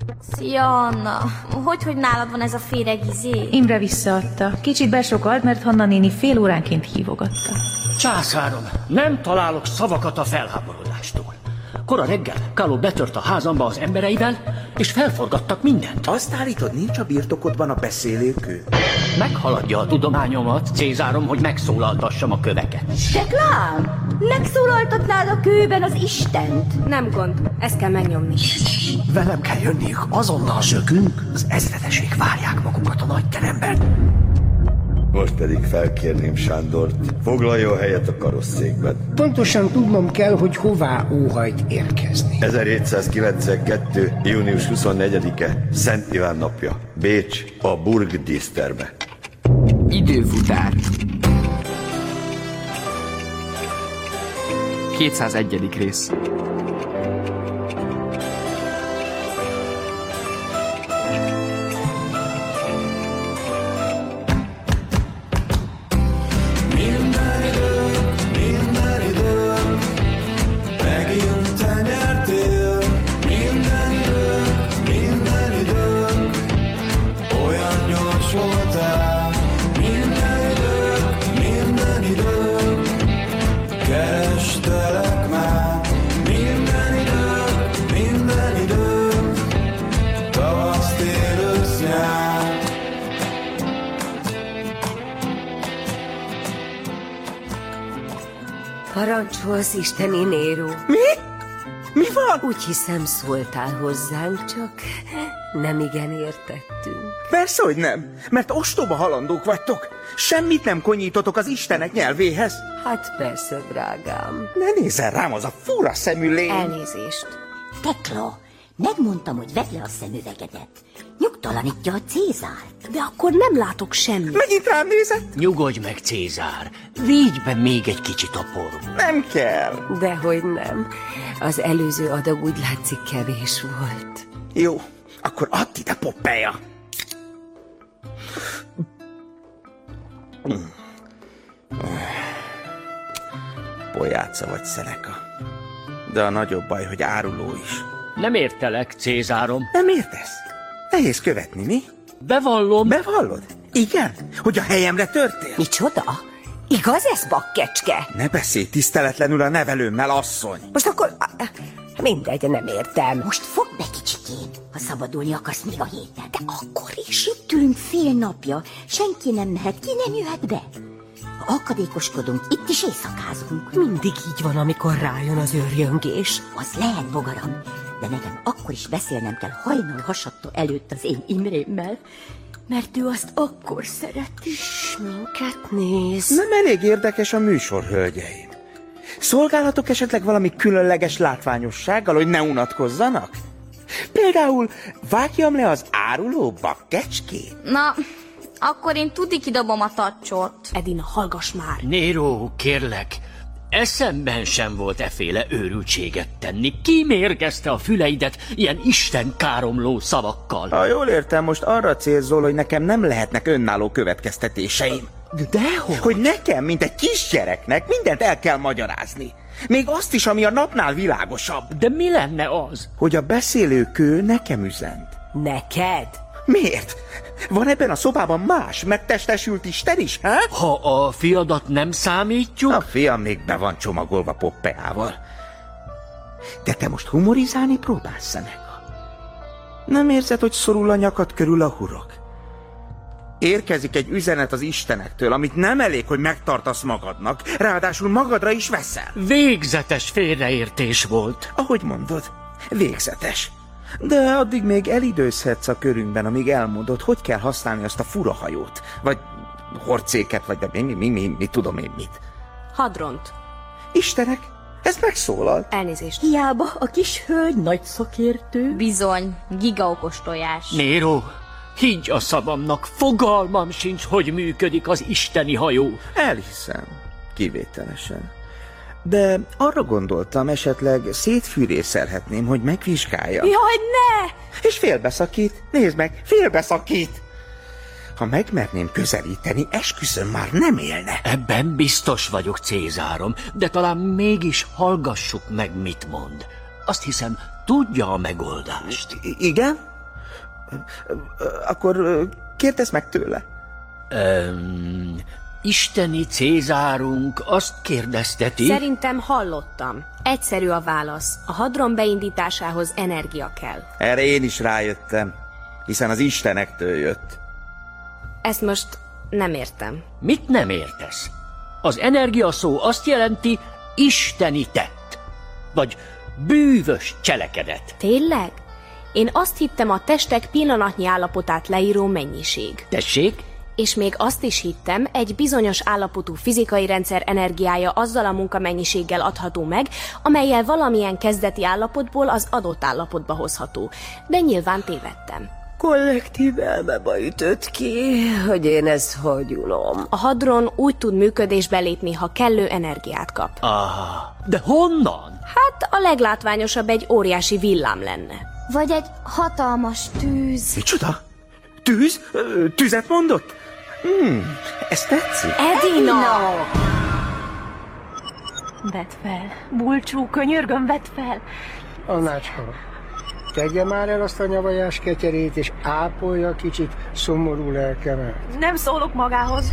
Szia, Anna. Hogy nálad van ez a féreg izé? Imre visszaadta. Kicsit besokalt, mert Hanna néni fél óránként hívogatta. Császárom, nem találok szavakat a felháborodástól. Kora reggel Káló betört a házamba az embereivel, és felforgattak mindent. Azt állítod, nincs a birtokodban a beszélőkő? Meghaladja a tudományomat, Cézárom, hogy megszólaltassam a köveket. Reklám! Megszólaltatnád a kőben az Istent? Nem gond, ezt kell megnyomni. Velem kell jönniük, azonnal sökünk. Az ezredeség várják magukat a nagy teremben. Most pedig felkérném Sándort, foglaljon helyet a karosszékben. Pontosan tudnom kell, hogy hová óhajt érkezni. 1792. június 24-e, Szent Iván napja. Bécs, a Burgdiszterbe. Időfutár. 201. rész. Parancsolsz, isteni Néró. Mi? Mi van? Úgy hiszem, szóltál hozzánk, csak nem igen értettünk. Persze, hogy nem, mert ostoba halandók vagytok. Semmit nem konyítotok az istenek nyelvéhez. Hát persze, drágám. Ne nézzen rám az a fura szemű lény. Elnézést. Tekla, megmondtam, hogy vedd le a szemüvegedet. Nyugtalanítja a Cézárt. De akkor nem látok semmit. Megint rám nézett? Nyugodj meg, Cézár. Vigy be még egy kicsit a porból. Nem kell. Dehogy nem. Az előző adag úgy látszik kevés volt. Jó, akkor add ide, Poppeja. Pojáca vagy, Szeneka. De a nagyobb baj, hogy áruló is. Nem értelek, Cézárom. Nem értesz? Nehéz követni, mi? Bevallom. Bevallod? Igen? Hogy a helyemre törtél? Micsoda? Igaz ez, bakkecske? Ne beszélj tiszteletlenül a nevelőmmel, asszony. Most akkor... Mindegy, nem értem. Most fogd be kicsikén, ha szabadulni akarsz még a héten. De akkor is. Itt ülünk fél napja, senki nem mehet ki, nem jöhet be. Ha akadékoskodunk, itt is éjszakázunk. Mindig így van, amikor rájön az őrjöngés. Az lehet, bogaram, de nekem akkor is beszélnem kell hajnal hasadtól előtt az én Imrémmel, mert ő azt akkor szereti. Minket néz. Nem elég érdekes a műsor, hölgyeim. Szolgálhatok esetleg valami különleges látványossággal, hogy ne unatkozzanak? Például vágjam le az áruló bakkecskét? Na, akkor én tudik kidobom a tacsot. Edina, hallgass már. Néró, kérlek, eszemben sem volt efféle őrültséget tenni. Ki mérgezte a füleidet ilyen istenkáromló szavakkal? Ha jól értem, most arra célzol, hogy nekem nem lehetnek önálló következtetéseim. Dehogy? Hogy nekem, mint egy kisgyereknek mindent el kell magyarázni. Még azt is, ami a napnál világosabb. De mi lenne az? Hogy a beszélőkő nekem üzent. Neked? Miért? Van ebben a szobában más, megtestesült isten is, ha? Ha a fiadat nem számítjuk? A fiam még be van csomagolva Poppeával. De te most humorizálni próbálsz, Szeneka? Nem érzed, hogy szorul a nyakad körül a hurok? Érkezik egy üzenet az istenektől, amit nem elég, hogy megtartasz magadnak, ráadásul magadra is veszel. Végzetes félreértés volt. Ahogy mondod, végzetes. De addig még elidőzhetsz a körünkben, amíg elmondod, hogy kell használni azt a furahajót, vagy horcéket, vagy de mi tudom én mit. Hadront. Istenek, ez megszólal. Elnézést. Hiába a kis hölgy nagy szakértő. Bizony, gigaokos tojás. Néró, higgy a szavamnak, fogalmam sincs, hogy működik az isteni hajó. Elhiszem, kivételesen. De arra gondoltam, esetleg szétfűrészelhetném, hogy megvizsgálja. Jaj, ne! És félbeszakít, nézd meg, félbeszakít. Ha megmerném közelíteni, esküszöm, már nem élne. Ebben biztos vagyok, Cézárom, de talán mégis hallgassuk meg, mit mond. Azt hiszem, tudja a megoldást. Igen? Akkor kérdezz meg tőle. Isteni Cézárunk azt kérdezteti... Szerintem hallottam. Egyszerű a válasz. A hadron beindításához energia kell. Erre én is rájöttem, hiszen az istenektől jött. Ezt most nem értem. Mit nem értesz? Az energia szó azt jelenti isteni tett, vagy bűvös cselekedet. Tényleg? Én azt hittem, a testek pillanatnyi állapotát leíró mennyiség. Tessék? És még azt is hittem, egy bizonyos állapotú fizikai rendszer energiája azzal a munkamennyiséggel adható meg, amellyel valamilyen kezdeti állapotból az adott állapotba hozható. De nyilván tévedtem. Kollektív elmeba ütött ki, hogy én ezt hagyulom. A hadron úgy tud működésbe lépni, ha kellő energiát kap. Aha, de honnan? Hát a leglátványosabb egy óriási villám lenne. Vagy egy hatalmas tűz. Micsoda? Tűz? Tüzet mondott? Ez tetszik. Edina! Vedd fel. Bulcsú, könyörgöm, vedd fel. Annácska, tegye már el azt a nyavajás ketyerét, és ápolja kicsit szomorú lelkemet. Nem szólok magához.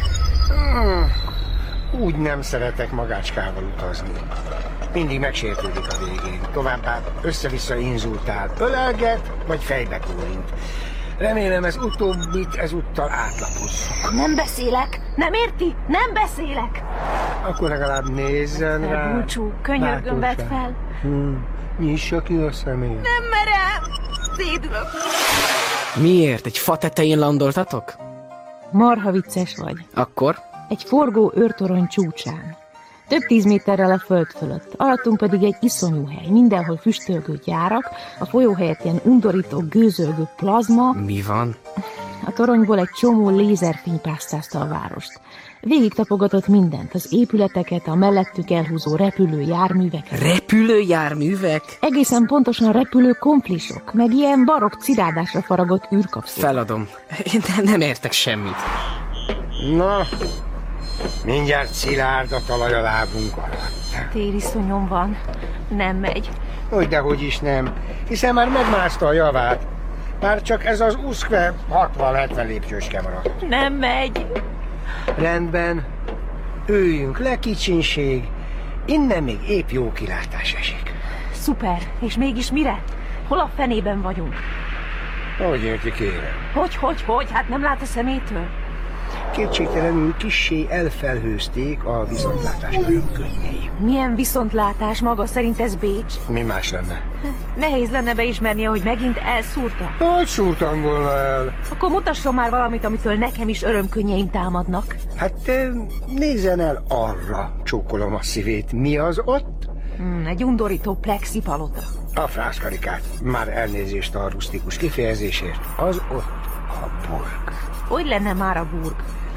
Úgy nem szeretek magácskával utazni. Mindig megsértődik a végén. Továbbá össze-vissza inzultál. Ölelget, vagy fejbe kólint. Remélem ez utóbbit ezúttal átlapozzuk. Nem beszélek. Nem érti? Nem beszélek. Akkor legalább nézzen rá. Bulcsú, könyörgöm, vedd fel. Nyissa ki a szemét. Nem merem. Szédülök. Miért? Egy fa tetején landoltatok? Marha vicces vagy. Akkor? Egy forgó őrtorony csúcsán. Több 10 méterrel a föld fölött. Alattunk pedig egy iszonyú hely. Mindenhol füstölgő gyárak, a folyó helyett ilyen undorító, gőzölgő plazma. Mi van? A toronyból egy csomó lézerfény pásztázta a várost. Végig tapogatott mindent, az épületeket, a mellettük elhúzó repülő járműveket. Repülő járművek? Egészen pontosan repülő komplisok, meg ilyen barokk cirádásra faragott űrkapszulák. Feladom. Én nem értek semmit. Na, mindjárt szilárd a talaj a lábunk alatt. Tériszonyom van. Nem megy. Hogy dehogy is nem, hiszen már megmászta a javát. Már csak ez az uszkve 60-70 lépcsőske maradt. Nem megy. Rendben, üljünk le, kicsinség. Innen még épp jó kilátás esik. Szuper, és mégis mire? Hol a fenében vagyunk? Hogy érti, kérem? Hogy? Hát nem lát a szemétől? Kétségtelenül kissé elfelhőzték a viszontlátás örömkönnyei. Milyen viszontlátás, maga szerint ez Bécs? Mi más lenne? Nehéz lenne beismernie, hogy megint elszúrta. Hogy szúrtam volna el? Akkor mutasson már valamit, amitől nekem is örömkönnyeim támadnak. Hát nézzen el arra, csókolom a szívét. Mi az ott? Egy undorító plexipalota. A frászkarikát. Már elnézést a rusztikus kifejezésért. Az ott a burg. Hogy lenne már a burg?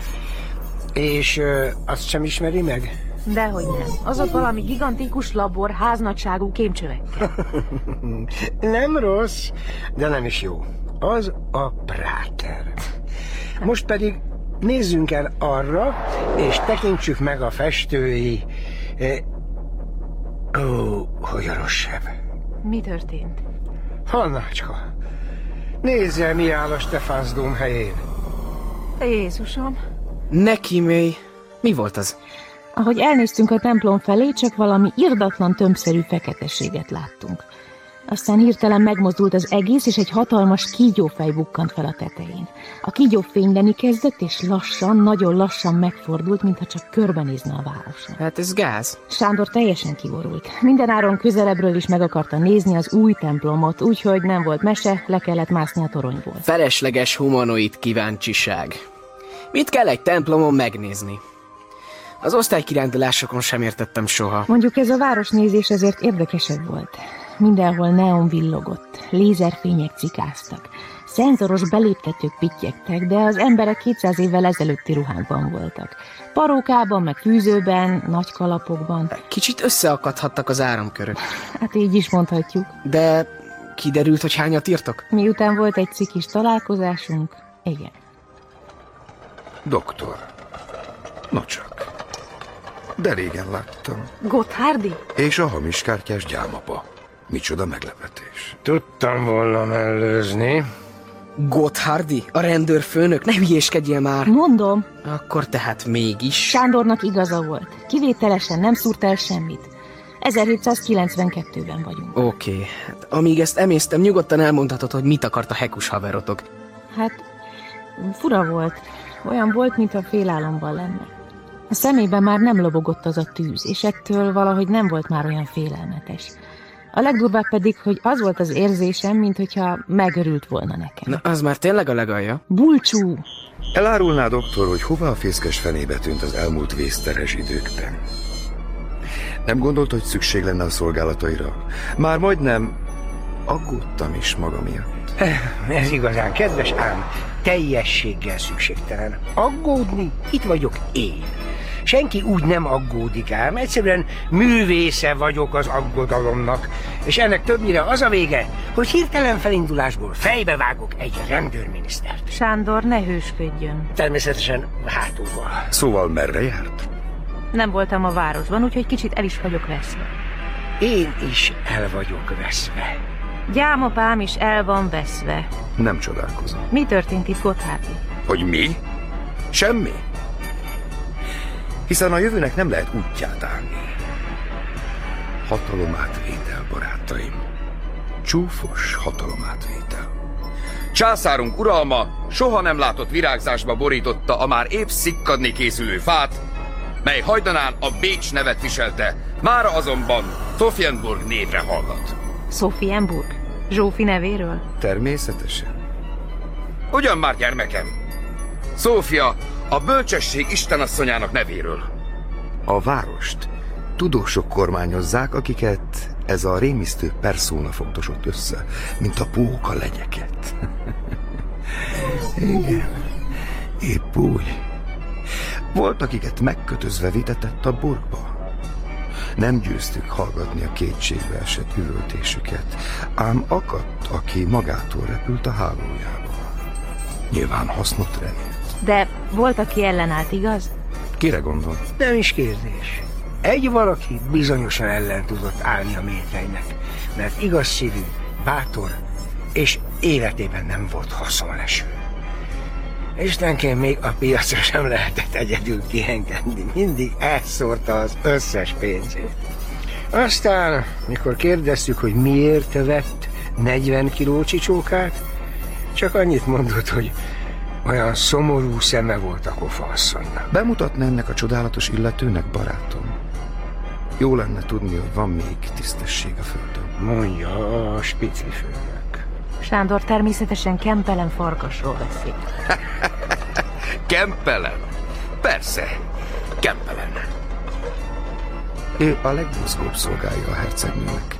És azt sem ismeri meg? Dehogy nem. Az ott valami gigantikus labor, háznagyságú kémcsövekkel. Nem rossz, de nem is jó. Az a Práter. Most pedig nézzünk el arra, és tekintsük meg a festői... hogy a rosszabb. Mi történt? Hannácska, nézze, mi áll a Stephansdóm helyén. Jézusom. Neki mély. Mi volt az? Ahogy elnéztünk a templom felé, csak valami irdatlan tömbszerű feketességet láttunk. Aztán hirtelen megmozdult az egész, és egy hatalmas kígyófej bukkant fel a tetején. A kígyó fényleni kezdett, és lassan, nagyon lassan megfordult, mintha csak körbenézne a városra. Hát ez gáz. Sándor teljesen kiborult. Mindenáron közelebbről is meg akarta nézni az új templomot, úgyhogy nem volt mese, le kellett mászni a toronyból. Felesleges humanoid kíváncsiság. Mit kell egy templomon megnézni? Az osztálykirándulásokon sem értettem soha. Mondjuk ez a városnézés ezért érdekesebb volt. Mindenhol neon villogott, lézerfények cikáztak, szenzoros beléptetők pittyegtek, de az emberek 200 évvel ezelőtti ruhákban voltak. Parókában, meg fűzőben, nagy kalapokban. Kicsit összeakadhattak az áramkörök. Hát így is mondhatjuk. De kiderült, hogy hányat írtok? Miután volt egy cikis találkozásunk, igen. Doktor. Nocsak. De régen láttam. Gotthárdi? És a hamiskártyás gyámapa. Micsoda meglepetés. Tudtam volna mellőzni. Gotthardi? A rendőrfőnök? Ne hülyéskedjél már! Mondom. Akkor tehát mégis... Sándornak igaza volt. Kivételesen nem szúrt el semmit. 1792-ben vagyunk. Oké. Hát, amíg ezt emésztem, nyugodtan elmondhatod, hogy mit akart a hekus haverotok. Hát, fura volt. Olyan volt, mintha félálomban lenne. A szemében már nem lobogott az a tűz, és ettől valahogy nem volt már olyan félelmetes. A legdurvább pedig, hogy az volt az érzésem, minthogyha megörült volna nekem. Na, az már tényleg a legalja? Bulcsú! Elárulná, doktor, hogy hova a fészkes fenébe tűnt az elmúlt vészteres időkben? Nem gondolt, hogy szükség lenne a szolgálataira? Már majdnem aggódtam is maga miatt. Ez igazán kedves, ám teljességgel szükségtelen. Aggódni? Itt vagyok én. Senki úgy nem aggódik ám, egyszerűen művésze vagyok az aggodalomnak, és ennek többnyire az a vége, hogy hirtelen felindulásból fejbevágok egy rendőrminisztert. Sándor, ne hősködjön. Természetesen hátulval. Szóval merre járt? Nem voltam a városban, úgyhogy kicsit el is vagyok veszve. Én is el vagyok veszve. Gyámapám is el van veszve. Nem csodálkozom. Mi történt itt, Gotthardi? Hogy mi? Semmi. Hiszen a jövőnek nem lehet útját állni. Hatalomátvétel, barátaim. Csúfos hatalomátvétel. Császárunk uralma soha nem látott virágzásba borította a már épp szikkadni készülő fát, mely hajdanán a Bécs nevet viselte, mára azonban Sophienburg névre hallgat. Sophienburg? Zsófi nevéről? Természetesen. Ugyan már, gyermekem? Szófia a bölcsesség istenasszonyának nevéről. A várost tudósok kormányozzák, akiket ez a rémisztő perszóna fogdosott össze, mint a póka legyeket. Igen, épp úgy. Volt, akiket megkötözve vitetett a burgba. Nem győztük hallgatni a kétségbe esett üvöltésüket, ám akadt, aki magától repült a hálójába. Nyilván hasznot remélt. De volt, aki ellenállt, igaz? Kire gondol? Nem is kérdés. Egy valaki bizonyosan ellen tudott állni a méteinek, mert igaz szívű, bátor, és életében nem volt haszonleső. Istenként még a piacra sem lehetett egyedül kiengedni, mindig elszórta az összes pénzét. Aztán, mikor kérdeztük, hogy miért vett 40 kiló csicsókát, csak annyit mondott, hogy olyan szomorú szeme volt a kofasszonynak. Bemutatna ennek a csodálatos illetőnek, barátom? Jó lenne tudni, hogy van még tisztesség a földön. Mondja a spicifőnök. Sándor természetesen Kempelen farkasról beszél. Kempelen? Persze, Kempelen. Ő a legmozgóbb szolgálja a hercegnőnek.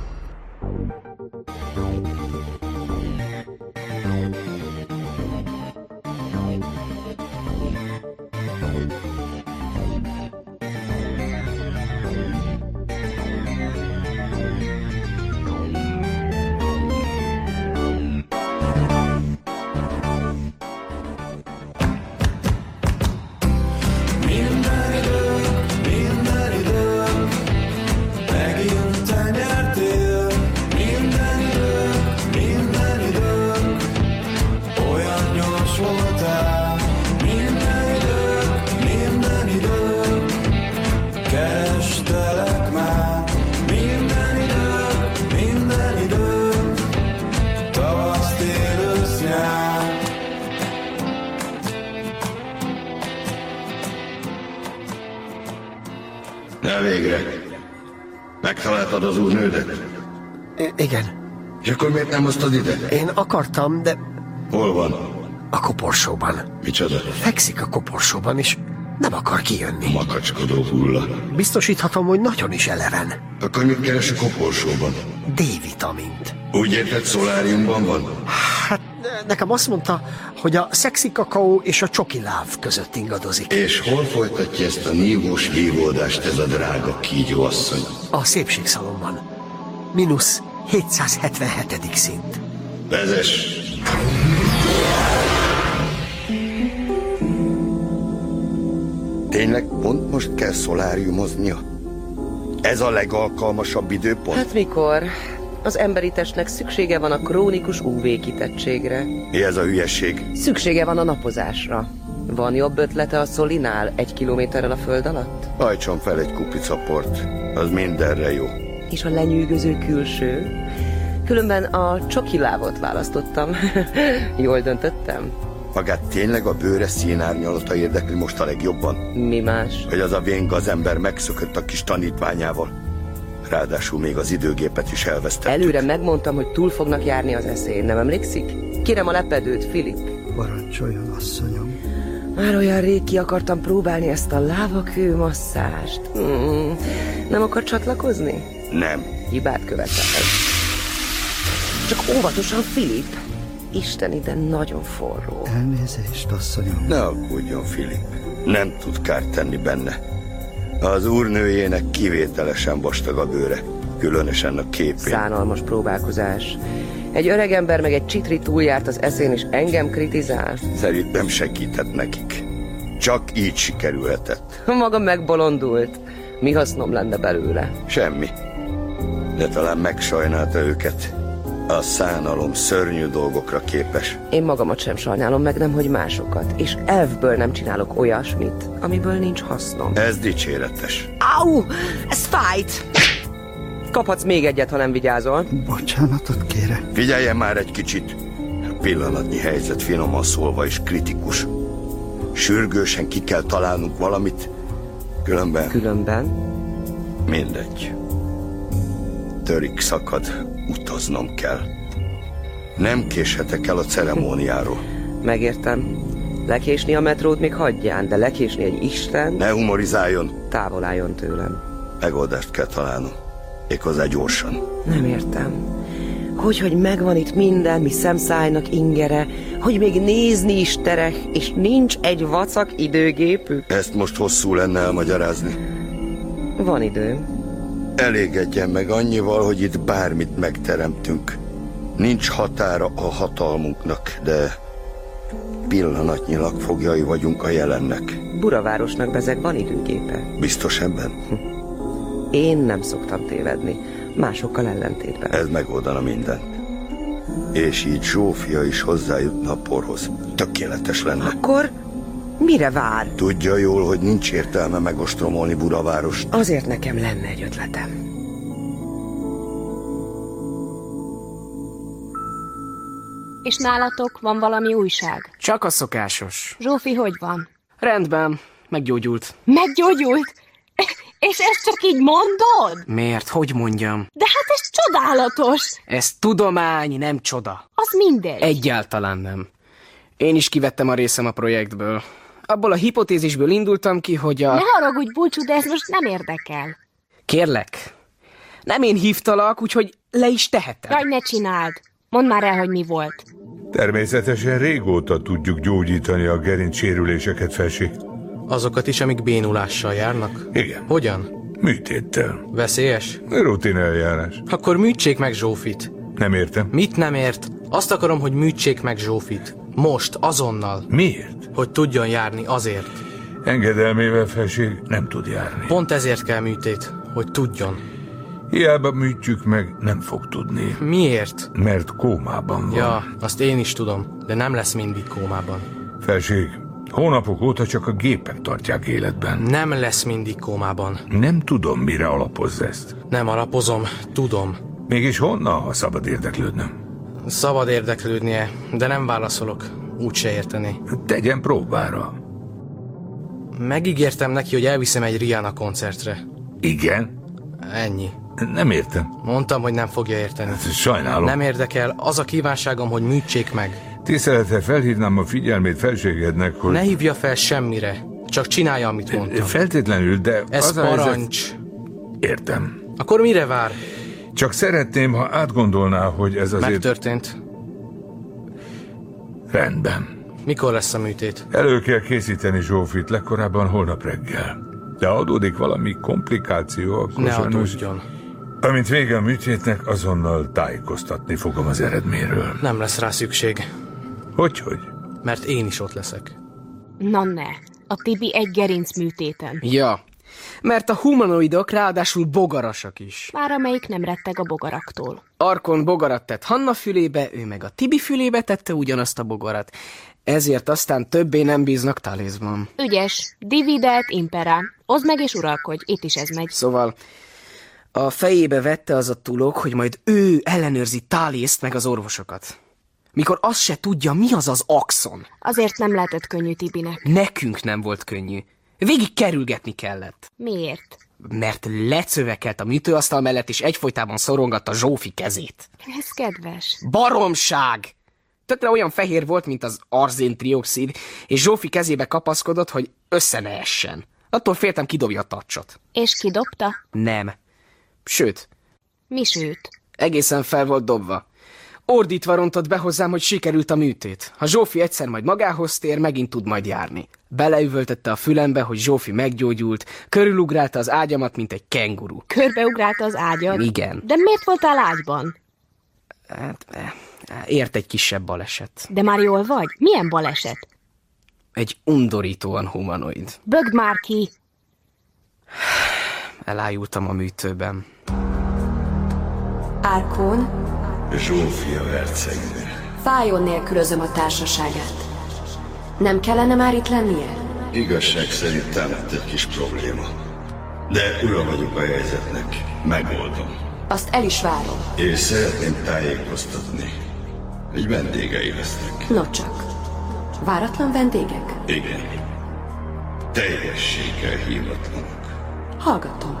Végre. Megtaláltad az úrnődet? Igen. És akkor miért nem hoztad ide? Én akartam, de... Hol van? A koporsóban. Micsoda? Fekszik a koporsóban, és nem akar kijönni. Makacskodó hulla. Biztosíthatom, hogy nagyon is eleven. Akkor mit keres a koporsóban? D-vitamint. Úgy érted, szoláriumban van? Hát nekem azt mondta, hogy a szexi kakaó és a csoki láv között ingadozik. És hol folytatja ezt a nívós vívódást ez a drága kígyóasszony? A szépségszalonban. Mínusz 777. szint. Vezess! Tényleg pont most kell szoláriumoznia? Ez a legalkalmasabb időpont? Hát mikor? Az emberi testnek szüksége van a krónikus UV-kitettségre. Mi ez a hülyesség? Szüksége van a napozásra. Van jobb ötlete a Solinál 1 kilométerrel a föld alatt? Hajtson fel egy kupicaport, az mindenre jó. És a lenyűgöző külső? Különben a csokilávot választottam. Jól döntöttem? Magát tényleg a bőre színárnyalata érdekli most a legjobban? Mi más? Hogy az a vén gazember megszökött a kis tanítványával. Ráadásul még az időgépet is elvesztettük. Előre megmondtam, hogy túl fognak járni az eszén, nem emlékszik? Kérem a lepedőt, Filip. Parancsoljon, asszonyom. Már olyan rég ki akartam próbálni ezt a lávakő masszást. Nem akar csatlakozni? Nem. Hibát követel. Csak óvatosan, Filip. Isten, ide nagyon forró. Elnézést, asszonyom. Ne aggódjon, Filip. Nem tud kárt tenni benne. Az úrnőjének kivételesen vastag a bőre. Különösen a képén. Szánalmas próbálkozás. Egy öreg ember meg egy csitri túljárt az eszén, és engem kritizál. Szerintem segített nekik. Csak így sikerülhetett. Maga megbolondult. Mi hasznom lenne belőle? Semmi. De talán megsajnálta őket. A szánalom szörnyű dolgokra képes. Én magamat sem sajnálom meg, nemhogy másokat. És elfből nem csinálok olyasmit, amiből nincs hasznom. Ez dicséretes. Au! Ez fájt! Kaphatsz még egyet, ha nem vigyázol. Bocsánatot kérek. Figyeljen már egy kicsit. A pillanatnyi helyzet finoman szólva is kritikus. Sürgősen ki kell találnunk valamit. Különben? Mindegy. Törik szakad. Utaznom kell. Nem késhetek el a ceremóniáról. Megértem. Lekésni a metrót még hagyján, de lekésni egy isten... Ne humorizáljon. Távol álljon tőlem. Megoldást kell találnom. Méghozzá gyorsan. Nem értem. Hogy megvan itt minden, mi szemszájnak ingere, hogy még nézni is terek, és nincs egy vacak időgépük. Ezt most hosszú lenne elmagyarázni. Van időm. Elégedjen meg annyival, hogy itt bármit megteremtünk. Nincs határa a hatalmunknak, de pillanatnyilag foglyai vagyunk a jelennek. Buravárosnak bezeg van időgépe. Biztos ebben? Én nem szoktam tévedni, másokkal ellentétben. Ez megoldana mindent. És így Zsófia is hozzájutna a porhoz. Tökéletes lenne. Akkor mire vár? Tudja jól, hogy nincs értelme megostromolni Buravárost. Azért nekem lenne egy ötletem. És nálatok van valami újság? Csak a szokásos. Zsófi, hogy van? Rendben, meggyógyult. Meggyógyult? És ezt csak így mondod? Miért? Hogy mondjam? De hát ez csodálatos! Ez tudomány, nem csoda. Az mindegy. Egyáltalán nem. Én is kivettem a részem a projektből. Abból a hipotézisből indultam ki, hogy Ne haragudj, Bulcsú, de ez most nem érdekel. Kérlek, nem én hívtalak, úgyhogy le is tehetem. Jaj, ne csináld. Mondd már el, hogy mi volt. Természetesen régóta tudjuk gyógyítani a gerincsérüléseket, felség. Azokat is, amik bénulással járnak? Igen. Hogyan? Műtéttel. Veszélyes? Rutin eljárás. Akkor műtsék meg Zsófit. Nem értem. Mit nem ért? Azt akarom, hogy műtsék meg Zsófit. Most, azonnal. Miért? Hogy tudjon járni, azért. Engedelmével, felség, nem tud járni. Pont ezért kell műtét, hogy tudjon. Hiába műtjük meg, nem fog tudni. Miért? Mert kómában van. Ja, azt én is tudom, de nem lesz mindig kómában. Felség, hónapok óta csak a gépek tartják életben. Nem lesz mindig kómában. Nem tudom, mire alapozz ezt. Nem alapozom, tudom. Mégis honnan, ha szabad érdeklődnöm? Szabad érdeklődnie, de nem válaszolok. Úgyse érteni. Tegyen próbára. Megígértem neki, hogy elviszem egy Rihanna koncertre. Igen? Ennyi. Nem értem. Mondtam, hogy nem fogja érteni. Sajnálom. Nem érdekel, az a kívánságom, hogy műtsék meg. Tisztelettel felhívnám a figyelmét felségednek, hogy... Ne hívja fel semmire, csak csinálja, amit mondtam. Feltétlenül, de... Ez parancs. Értem. Akkor mire vár? Csak szeretném, ha átgondolná, hogy ez azért... Megtörtént. Rendben. Mikor lesz a műtét? Elő kell készíteni Zsófit, legkorábban holnap reggel. De adódik valami komplikáció, akkor ne sajnos... adódjon. Amint vége a műtétnek, azonnal tájékoztatni fogom az eredményről. Nem lesz rá szükség. Hogy? Mert én is ott leszek. Na ne, a Tibi egy gerinc műtéten. Ja, Mert a humanoidok ráadásul bogarasak is. Bár amelyik nem retteg a bogaraktól. Arkon bogarat tett Hanna fülébe, ő meg a Tibi fülébe tette ugyanazt a bogarat. Ezért aztán többé nem bíznak Talisban. Ügyes. Divide et impera. Oszd meg és uralkodj. Itt is ez megy. Szóval a fejébe vette az a tulok, hogy majd ő ellenőrzi Taliszt meg az orvosokat. Mikor azt se tudja, mi az az axon. Azért nem lehetett könnyű Tibinek. Nekünk nem volt könnyű. Végig kerülgetni kellett. Miért? Mert lecövekelt a műtőasztal mellett, és egyfolytában szorongatta Zsófi kezét. Ez kedves. Baromság! Tökre olyan fehér volt, mint az arzén-trioxid, és Zsófi kezébe kapaszkodott, hogy össze ne essen. Attól féltem, kidobja a tacsot. És kidobta? Nem. Sőt. Mi sőt? Egészen fel volt dobva. Ordítva rontott be hozzám, hogy sikerült a műtét. Ha Zsófi egyszer majd magához tér, megint tud majd járni. Beleüvöltette a fülembe, hogy Zsófi meggyógyult, körülugrálta az ágyamat, mint egy kenguru. Körbeugrálta az ágyat? Igen. De miért voltál ágyban? Hát, ért egy kisebb baleset. De már jól vagy? Milyen baleset? Egy undorítóan humanoid. Bögd már ki! Elájultam a műtőben. Árkón, Zsófia hercegnő. fájjon nélkülözöm a társaságát. Nem kellene már itt lennie? Igazság szerint támadt egy kis probléma. De ura vagyok a helyzetnek. Megoldom. Azt el is várom. És szeretném tájékoztatni, hogy vendégei lesznek. Nocsak. Váratlan vendégek? Igen. Teljességgel hívatlanok. Hallgatom.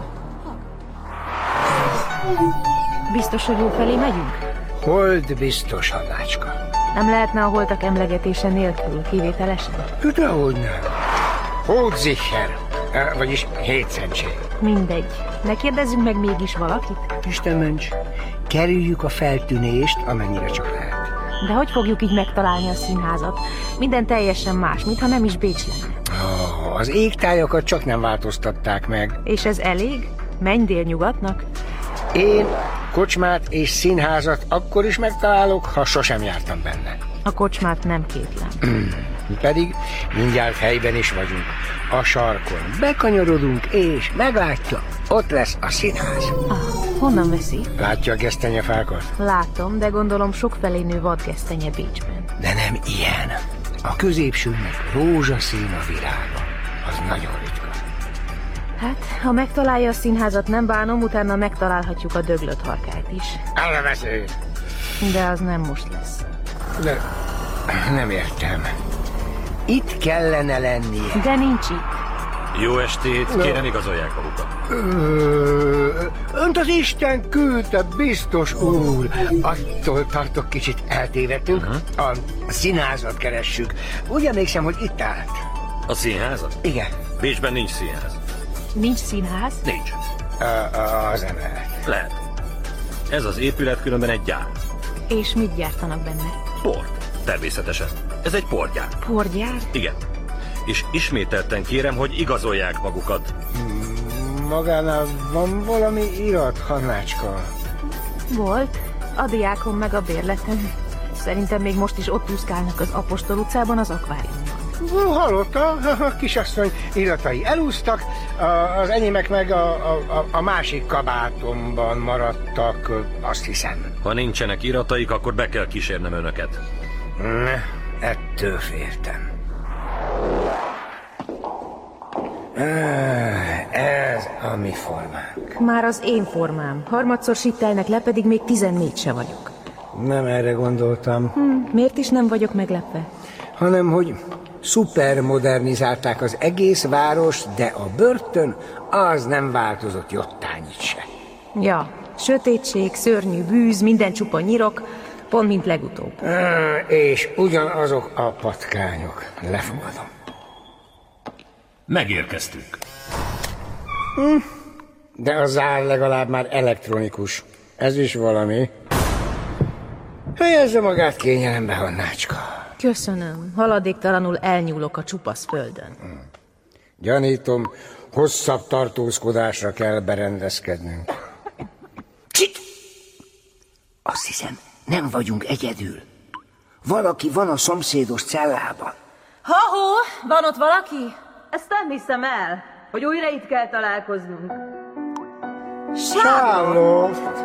Biztos, hogy jó felé megyünk? Hold biztos, Hannácska. Nem lehetne a holtak emlegetése nélkül, kivételesen? Dehogy nem. Holdsicher, vagyis hétszentség. Mindegy. Ne kérdezzünk meg mégis valakit? Isten ments, kerüljük a feltűnést, amennyire csak lehet. De hogy fogjuk így megtalálni a színházat? Minden teljesen más, mintha nem is Bécs lenne. Az égtájakat csak nem változtatták meg. És ez elég? Menj délnyugatnak? Én kocsmát és színházat akkor is megtalálok, ha sosem jártam benne. A kocsmát nem kétlem. Pedig mindjárt helyben is vagyunk. A sarkon bekanyarodunk, és meglátja, ott lesz a színház. Honnan veszi? Látja a gesztenyefákat? Látom, de gondolom sokfelé nő vadgesztenye Bécsben. De nem ilyen. A középsőnek rózsaszín a virága. Az nagyon ritka. Hát, ha megtalálja a színházat, nem bánom, utána megtalálhatjuk a döglött harkályt is. Arra beszélj! De az nem most lesz. De nem értem. Itt kellene lennie. De nincs itt. Jó estét, kérem igazolják magukat. Önt az Isten küldte, biztos úr. Attól tartok, kicsit eltévedtünk. A színházat keressük. Úgy emlékszem, hogy itt állt. A színházat? Igen. Bécsben nincs színház. Nincs színház? Nincs. Az emelet. Lehet. Ez az épület különben egy gyár. És mit gyártanak benne? Port. Természetesen. Ez egy portgyár. Portgyár? Igen. És ismételten kérem, hogy igazolják magukat. Magánál van valami irat, Hannácska? Volt. A diákon meg a bérleten. Szerintem még most is ott úszkálnak az Apostol utcában az akváriumban. Hallotta, a kisasszony iratai elúsztak, az enyémek meg a másik kabátomban maradtak, azt hiszem. Ha nincsenek irataik, akkor be kell kísérnem önöket. Ettől féltem. Ez a mi formánk. Már az én formám. Harmadszor sittelnek le, pedig még 14 se vagyok. Nem erre gondoltam. Miért is nem vagyok meglepve? Hanem, hogy szupermodernizálták az egész város, de a börtön az nem változott jottányit se. Ja, sötétség, szörnyű bűz, minden csupa nyirok, pont mint legutóbb. És ugyanazok a patkányok. Lefogadom. Megérkeztünk. De a zár legalább már elektronikus. Ez is valami. Helyezze magát kényelembe, Hannácska. Köszönöm. Haladéktalanul elnyúlok a csupasz földön. Gyanítom, hosszabb tartózkodásra kell berendezkednünk. Csit! Azt hiszem, nem vagyunk egyedül. Valaki van a szomszédos cellában. Ha-ho, van ott valaki? Ezt nem hiszem el. hogy újra itt kell találkoznunk. Charlotte!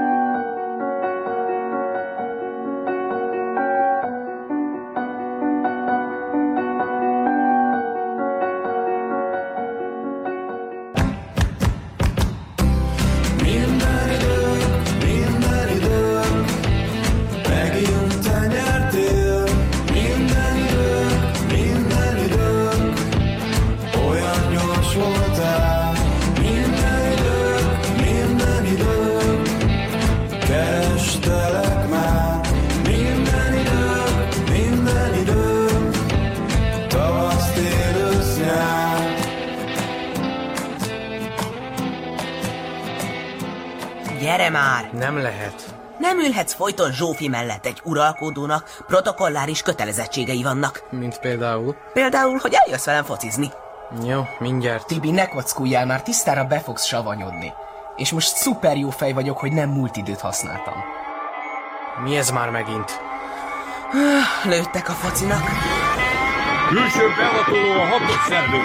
Gyere már! Nem lehet. Nem ülhetsz folyton Zsófi mellett, egy uralkodónak protokolláris kötelezettségei vannak. Mint például? Például, hogy eljössz velem focizni. Jó, mindjárt. Tibi, ne kockuljál, már tisztára be fogsz savanyodni. És most szuper jó fej vagyok, hogy nem múlt időt használtam. Mi ez már megint? Lőttek a focinak. Külső behatoló a 6. szerdőn.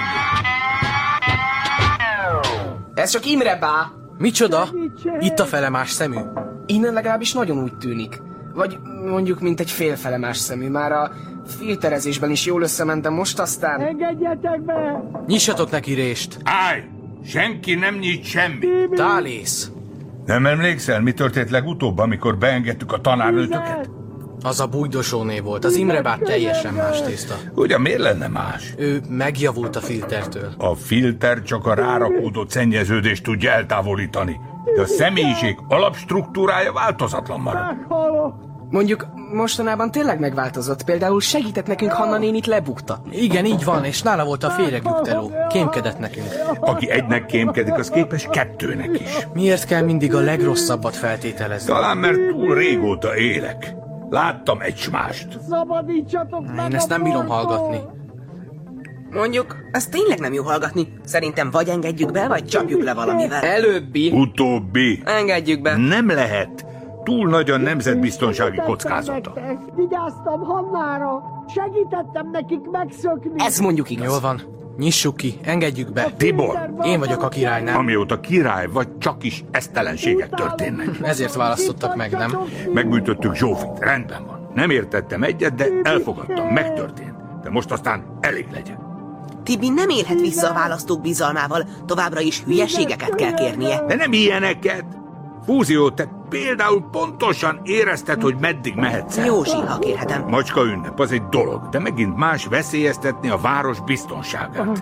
Ez csak Imre bá. Micsoda? Itt a felemás szemű. Innen legalábbis nagyon úgy tűnik. Vagy mondjuk, mint egy félfelemás szemű. Már a filterezésben is jól összementem, most aztán... Engedjetek be! Nyissatok neki rést. Állj! Senki nem nyit semmi. Tálész. Nem emlékszel, mi történt legutóbb, amikor beengedtük a tanárnőtöket? Az a bújdosóné volt, az Imre bár teljesen más tészta. Ugye miért lenne más? Ő megjavult a filtertől. A filter csak a rárakódott szennyeződést tudja eltávolítani, de a személyiség alapstruktúrája változatlan marad. Mondjuk mostanában tényleg megváltozott, például segített nekünk Hanna nénit lebuktatni. Igen, így van, és nála volt a féregnyugteló. Kémkedett nekünk. Aki egynek kémkedik, az képes kettőnek is. Miért kell mindig a legrosszabbat feltételezni? Talán mert túl régóta élek. Láttam egymást. Szabadítsatok meg! Én ezt nem bírom hallgatni. Mondjuk, azt tényleg nem jó hallgatni. Szerintem vagy engedjük be, vagy csapjuk le valamivel. Előbbi. Utóbbi. Engedjük be. Nem lehet. Túl nagy a nemzetbiztonsági kockázata. Vigyáztam Hannára. Segítettem nekik megszökni. Ez mondjuk igaz. Jól van. Nyissuk ki, engedjük be. Tibor! Én vagyok a király, nem? Amióta király vagy, csak is esztelenségek történnek. Ezért választottak meg, nem? Megbüntöttük Zsófit, rendben van. Nem értettem egyet, de elfogadtam, megtörtént. De most aztán elég legyen. Tibi nem élhet vissza a választók bizalmával, továbbra is hülyeségeket kell kérnie. De nem ilyeneket! Fúzió, te például pontosan érezted, hogy meddig mehetsz el. Józsi, ha kérhetem. Macska ünnep, az egy dolog, de megint más veszélyeztetni a város biztonságát.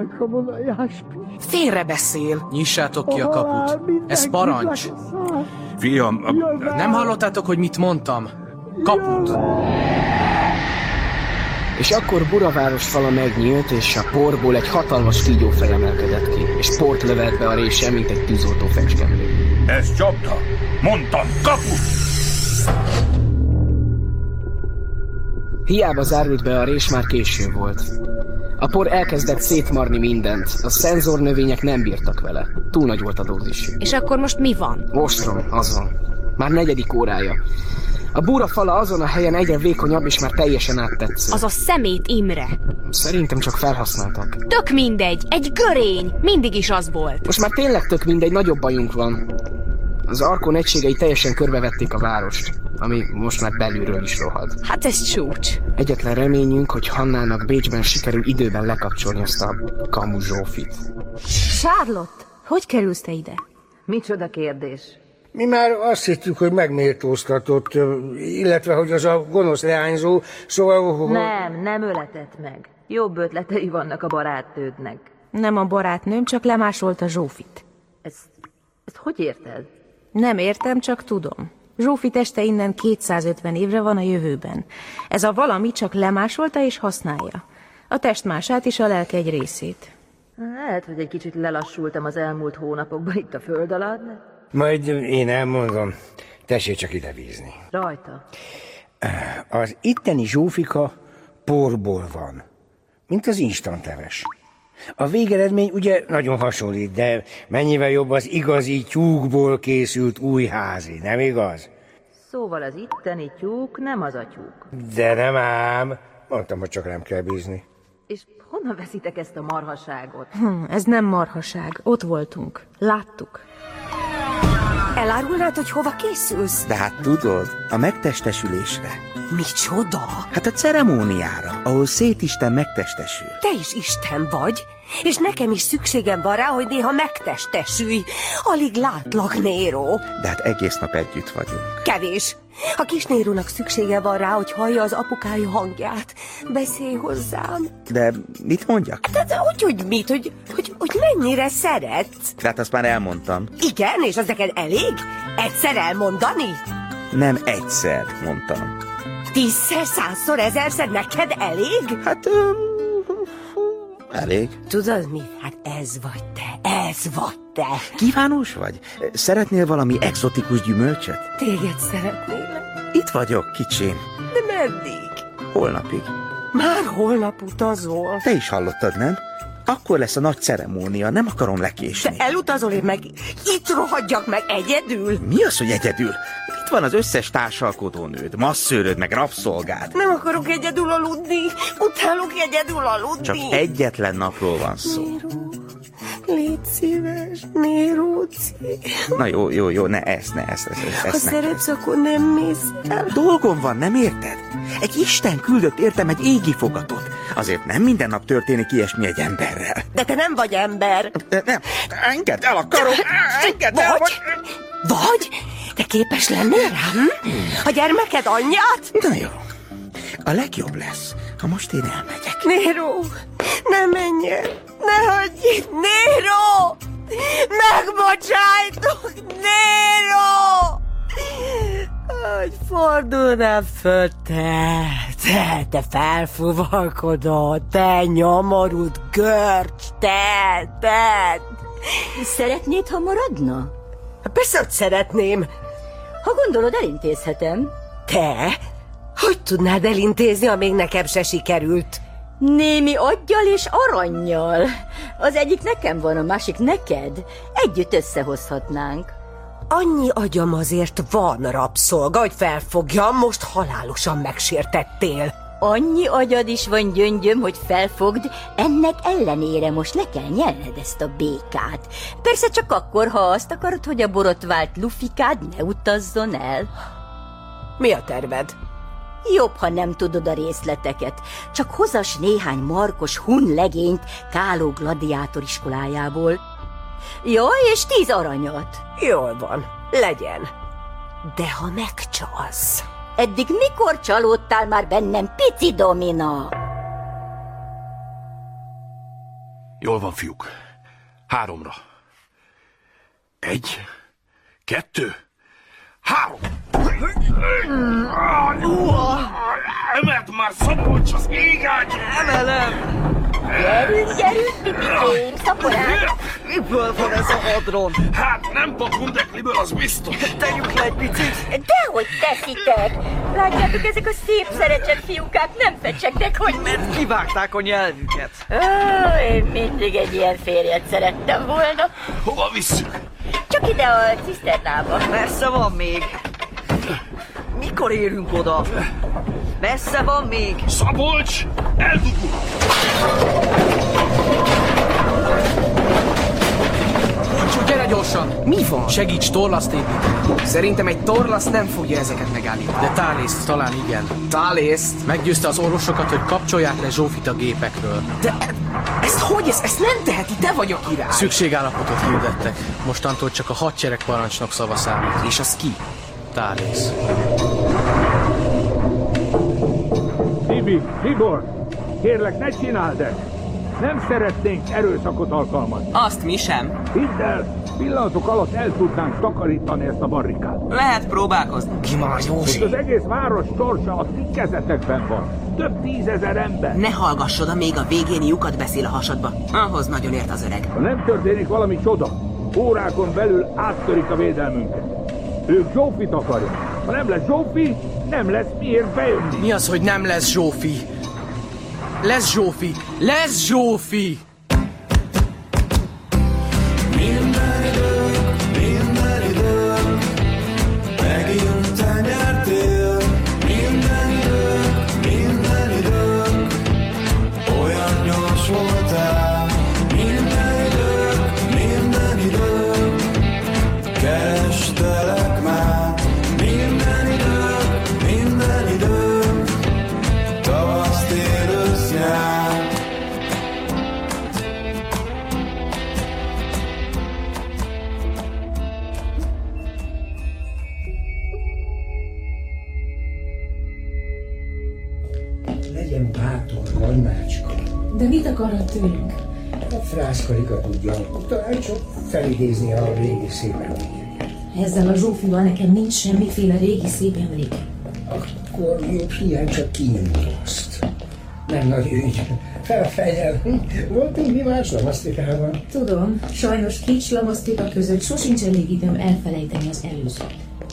Félre beszél. Nyissátok ki a kaput. Ez parancs. Fiam, nem hallottátok, hogy mit mondtam? Kaput. És akkor Buraváros fala megnyílt, és a porból egy hatalmas kígyó felemelkedett ki, és port lövelt be a résen, mint egy tűzoltó fecskemlő. Ez csapda! Mondtam, kaput! Hiába zárult be a rés, már késő volt. A por elkezdett szétmarni mindent, a szenzornövények nem bírtak vele. Túl nagy volt a dózis. És akkor most mi van? Ostrom, az van. Már 4. órája. A búra fala azon a helyen egyre vékonyabb, és már teljesen áttetsző. Az a szemét Imre. Szerintem csak felhasználtak. Tök mindegy, egy görény. Mindig is az volt. Most már tényleg tök mindegy, nagyobb bajunk van. Az Arkon egységei teljesen körbevették a várost, ami most már belülről is rohad. Hát ez csúcs. Egyetlen reményünk, hogy Hannának Bécsben sikerül időben lekapcsolni azt a kamu Zsófit. Charlotte, hogy kerülsz te ide? Micsoda kérdés? Mi már azt hittük, hogy megméltóztatott, illetve, hogy az a gonosz leányzó, szóval... Nem öletett meg. Jobb ötletei vannak a barátnődnek. Nem a barátnőm, csak lemásolta Zsófit. Ezt hogy érted? Nem értem, csak tudom. Zsófi teste innen 250 évre van a jövőben. Ez a valami csak lemásolta és használja. A testmását is, a lelke egy részét. Lehet, hogy egy kicsit lelassultam az elmúlt hónapokban itt a föld alatt. Majd én elmondom. Tessék csak ide bízni. Rajta. Az itteni Zsófika porból van, mint az instanteves. A végeredmény ugye nagyon hasonlít, de mennyivel jobb az igazi tyúkból készült új házi, nem igaz? Szóval az itteni tyúk nem az a tyúk. De nem ám. Mondtam, hogy csak nem kell bízni. És honnan veszitek ezt a marhaságot? Ez nem marhaság. Ott voltunk. Láttuk. Elárulnád, hogy hova készülsz? De hát tudod, a megtestesülésre. Micsoda? Hát a ceremóniára, ahol Szétisten megtestesül. Te is Isten vagy, és nekem is szükségem van rá, hogy néha megtestesülj. Alig látlak, Nero. De hát egész nap együtt vagyunk. Kevés. A kis Nérónak szüksége van rá, hogy hallja az apukája hangját. Beszélj hozzám. De mit mondjak? Tehát hogy mit? Hogy mennyire szeretsz? Tehát azt már elmondtam. Igen, és az neked elég? Egyszer elmondani? Nem egyszer mondtam. 10-szer, 100-szor, 1000-szer neked elég? Hát... elég. Tudod mi? Hát ez vagy te. Kívánós vagy? Szeretnél valami exotikus gyümölcsöt? Téged szeretnélek. Itt vagyok, kicsim. De meddig? Holnapig. Már holnap utazol? Te is hallottad, nem? Akkor lesz a nagy ceremónia, nem akarom lekésni. Te elutazol, én meg itt rohadjak meg egyedül? Mi az, hogy egyedül? Itt van az összes társalkodónőd, masszőröd, meg rabszolgád. Nem akarok egyedül aludni. Utálok egyedül aludni. Csak egyetlen napról van szó. Légy szíves, Néróci. Na jó, ne ezt. Ha szeretsz, akkor nem mész el. Dolgom van, nem érted? Egy Isten küldött értem egy égi fogatot. Azért nem minden nap történik ilyesmi egy emberrel. De te nem vagy ember. De nem, engedd el a karom, engedd el, Vagy? Te képes lennél rá? A gyermeked anyját? Na jó, a legjobb lesz, ha most én elmegyek. Nero, ne menj el, ne hagyj itt, Nero! Megbocsájtok, Nero! Hogy fordulnál föl, te felfuvalkodó, te nyomorult görcs, te! Szeretnéd, ha maradna? Persze, hogy szeretném. Ha gondolod, elintézhetem. Te? Hogy tudnád elintézni, amíg nekem se sikerült? Némi aggyal és arannyal. Az egyik nekem van, a másik neked. Együtt összehozhatnánk. Annyi agyam azért van, rabszolga, hogy felfogjam, most halálosan megsértettél. Annyi agyad is van, gyöngyöm, hogy felfogd, ennek ellenére most le kell nyelned ezt a békát. Persze csak akkor, ha azt akarod, hogy a borotvált lufikád ne utazzon el. Mi a terved? Jobb, ha nem tudod a részleteket. Csak hozas néhány markos hun legényt Káló gladiátor iskolájából. Ja, és 10 aranyat. Jól van, legyen. De ha megcsalsz... Eddig mikor csalódtál már bennem, pici domina? Jól van, fiúk. 3-ra. 1, 2, 3. Emeld már, Szabolcs, az égágy! Emelem! Gyerünk, pipikém, szaporát! Miből van ez a hadron? Hát nem papundekliből, az biztos. Tegyük le egy picit. Dehogy teszitek! Látjátok, ezek a szép szerecset fiúkák nem fecsegtek, hogy... Mert kivágták a nyelvüket. Én mindig egy ilyen férjet szerettem volna. Hova visszük? Csak ide a ciszternába. Messze van még. Mikor érünk oda? Messze van még. Szabolcs, eldugul! Csak gyere gyorsan! Mi van? Segíts torlaszt építeni. Szerintem egy torlasz nem fogja ezeket megállítani. De Tálészt talán igen. Tálészt? Meggyőzte az orvosokat, hogy kapcsolják le Zsófit a gépekről. De ezt hogy? Ezt nem teheti, te vagy a király! Szükségállapotot hirdettek. Mostantól csak a hadsereg parancsnok szava számít. És az ki? Tálész. Tibor, kérlek, ne csináld ezt! Nem szeretnénk erőszakot alkalmazni. Azt mi sem. Hidd el, pillanatok alatt el tudnánk takarítani ezt a barrikát. Lehet próbálkozni. Most az egész város sorsa a ti kezetekben van. Több 10 000 ember. Ne hallgassod, amíg a végén lyukat beszél a hasadba. Ahhoz nagyon ért az öreg. Ha nem történik valami csoda, órákon belül áttörik a védelmünket. Ők Zsófit akarják. Ha nem lesz Zsófi, nem lesz miért bejönni. Mi az, hogy nem lesz Zsófi? Lesz Zsófi! Lesz Zsófi! Minden idő, megint te nyertél. Minden idő, olyan Legyen bátor, Annácska. De mit akarod tőlünk? A frászkarika tudja, talán csak felidézni a régi szép emlékeket. Ezzel a Zsófival nekem nincs semmiféle régi szép emléke. Akkor jobb hiány csak kinyújt azt. Nem nagy ügy. Fel a fejjel. Voltunk mi más lamasztikában? Tudom, sajnos kincs lamasztika között sosincs elég időm elfelejteni az előzőt.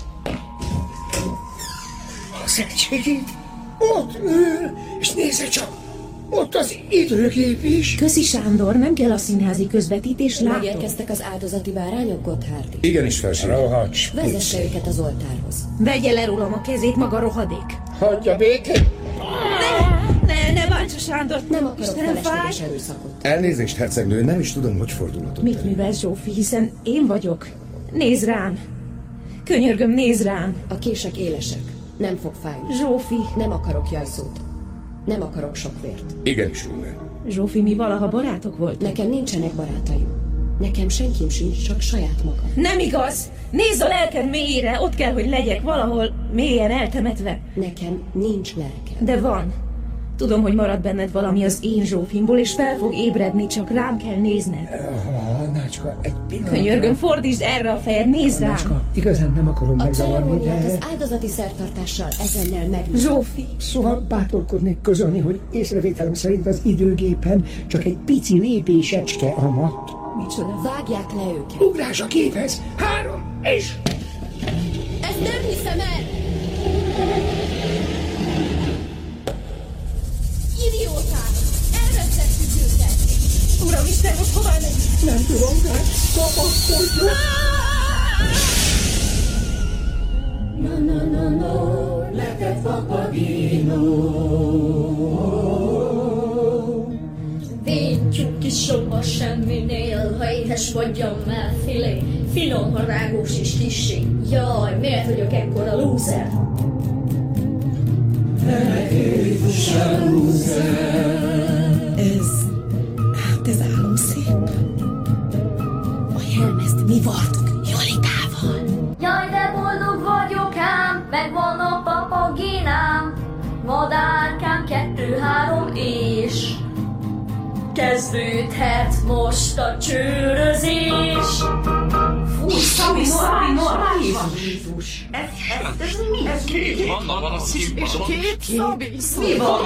A szentségét ott ül, és nézze csak, ott az időgép is. Köszi, Sándor, nem kell a színházi közvetítés, látom. Megérkeztek az áldozati bárányok, Gotthárdi? Igenis, felség. Rohads. Vezesse őket az oltárhoz. Vegye le rólam a kezét, maga rohadék. Hagyja békén. Ne bántsa Sándort, nem akarok felesleges erőszakot. Elnézést, hercegnő, nem is tudom, hogy fordulhatott. Mit művel, Zsófi, hiszen én vagyok. Nézd rám. Könyörgöm, nézd rám. A kések élesek. Nem fog fájni. Zsófi. Nem akarok jajszót. Nem akarok sok vért. Igenis, Rúne. Zsófi, mi valaha barátok voltunk? Nekem nincsenek barátaim. Nekem senkim sincs, csak saját magam. Nem igaz! Nézd a lelked mélyére, ott kell, hogy legyek valahol mélyen eltemetve. Nekem nincs lelkem. De van. Tudom, hogy marad benned valami az én Zsófimból, és fel fog ébredni, csak rám kell nézned. Annácska, egy pillanat. Könyörgöm, fordítsd erre a fejed, nézd rám! Annácska, igazán nem akarom megzavarni, de... az áldozati szertartással ezennel meg... Zsófi! Szóval bátorkodnék közölni, hogy észrevételem szerint az időgépen csak egy pici lépésecske a mat. Micsoda? Vágják le őket. Ugrás a képhez! 3, és... Ezt nem hiszem el! Idióták! Elvesztettük őket! Uramisten, most hová megyünk? Nem tudom, de kapaszkodjuk! No, leket papadino. Védjük kis soba semminél, ha éhes vagyjam már filé. Finom, ha rágós és kissé. Jaj, miért vagyok ekkora lúzer? Ez álomszép. A jelmezt mi vartuk Jolitával. Jaj, de boldog vagyok ám, megvan a papaginám. Madárkám 2-3 és kezdődhet most a csőrözés. Fú, Szabi, Jézus! Ez mi? Ez két Anna van a színpadon. És két Szabi. Mi van?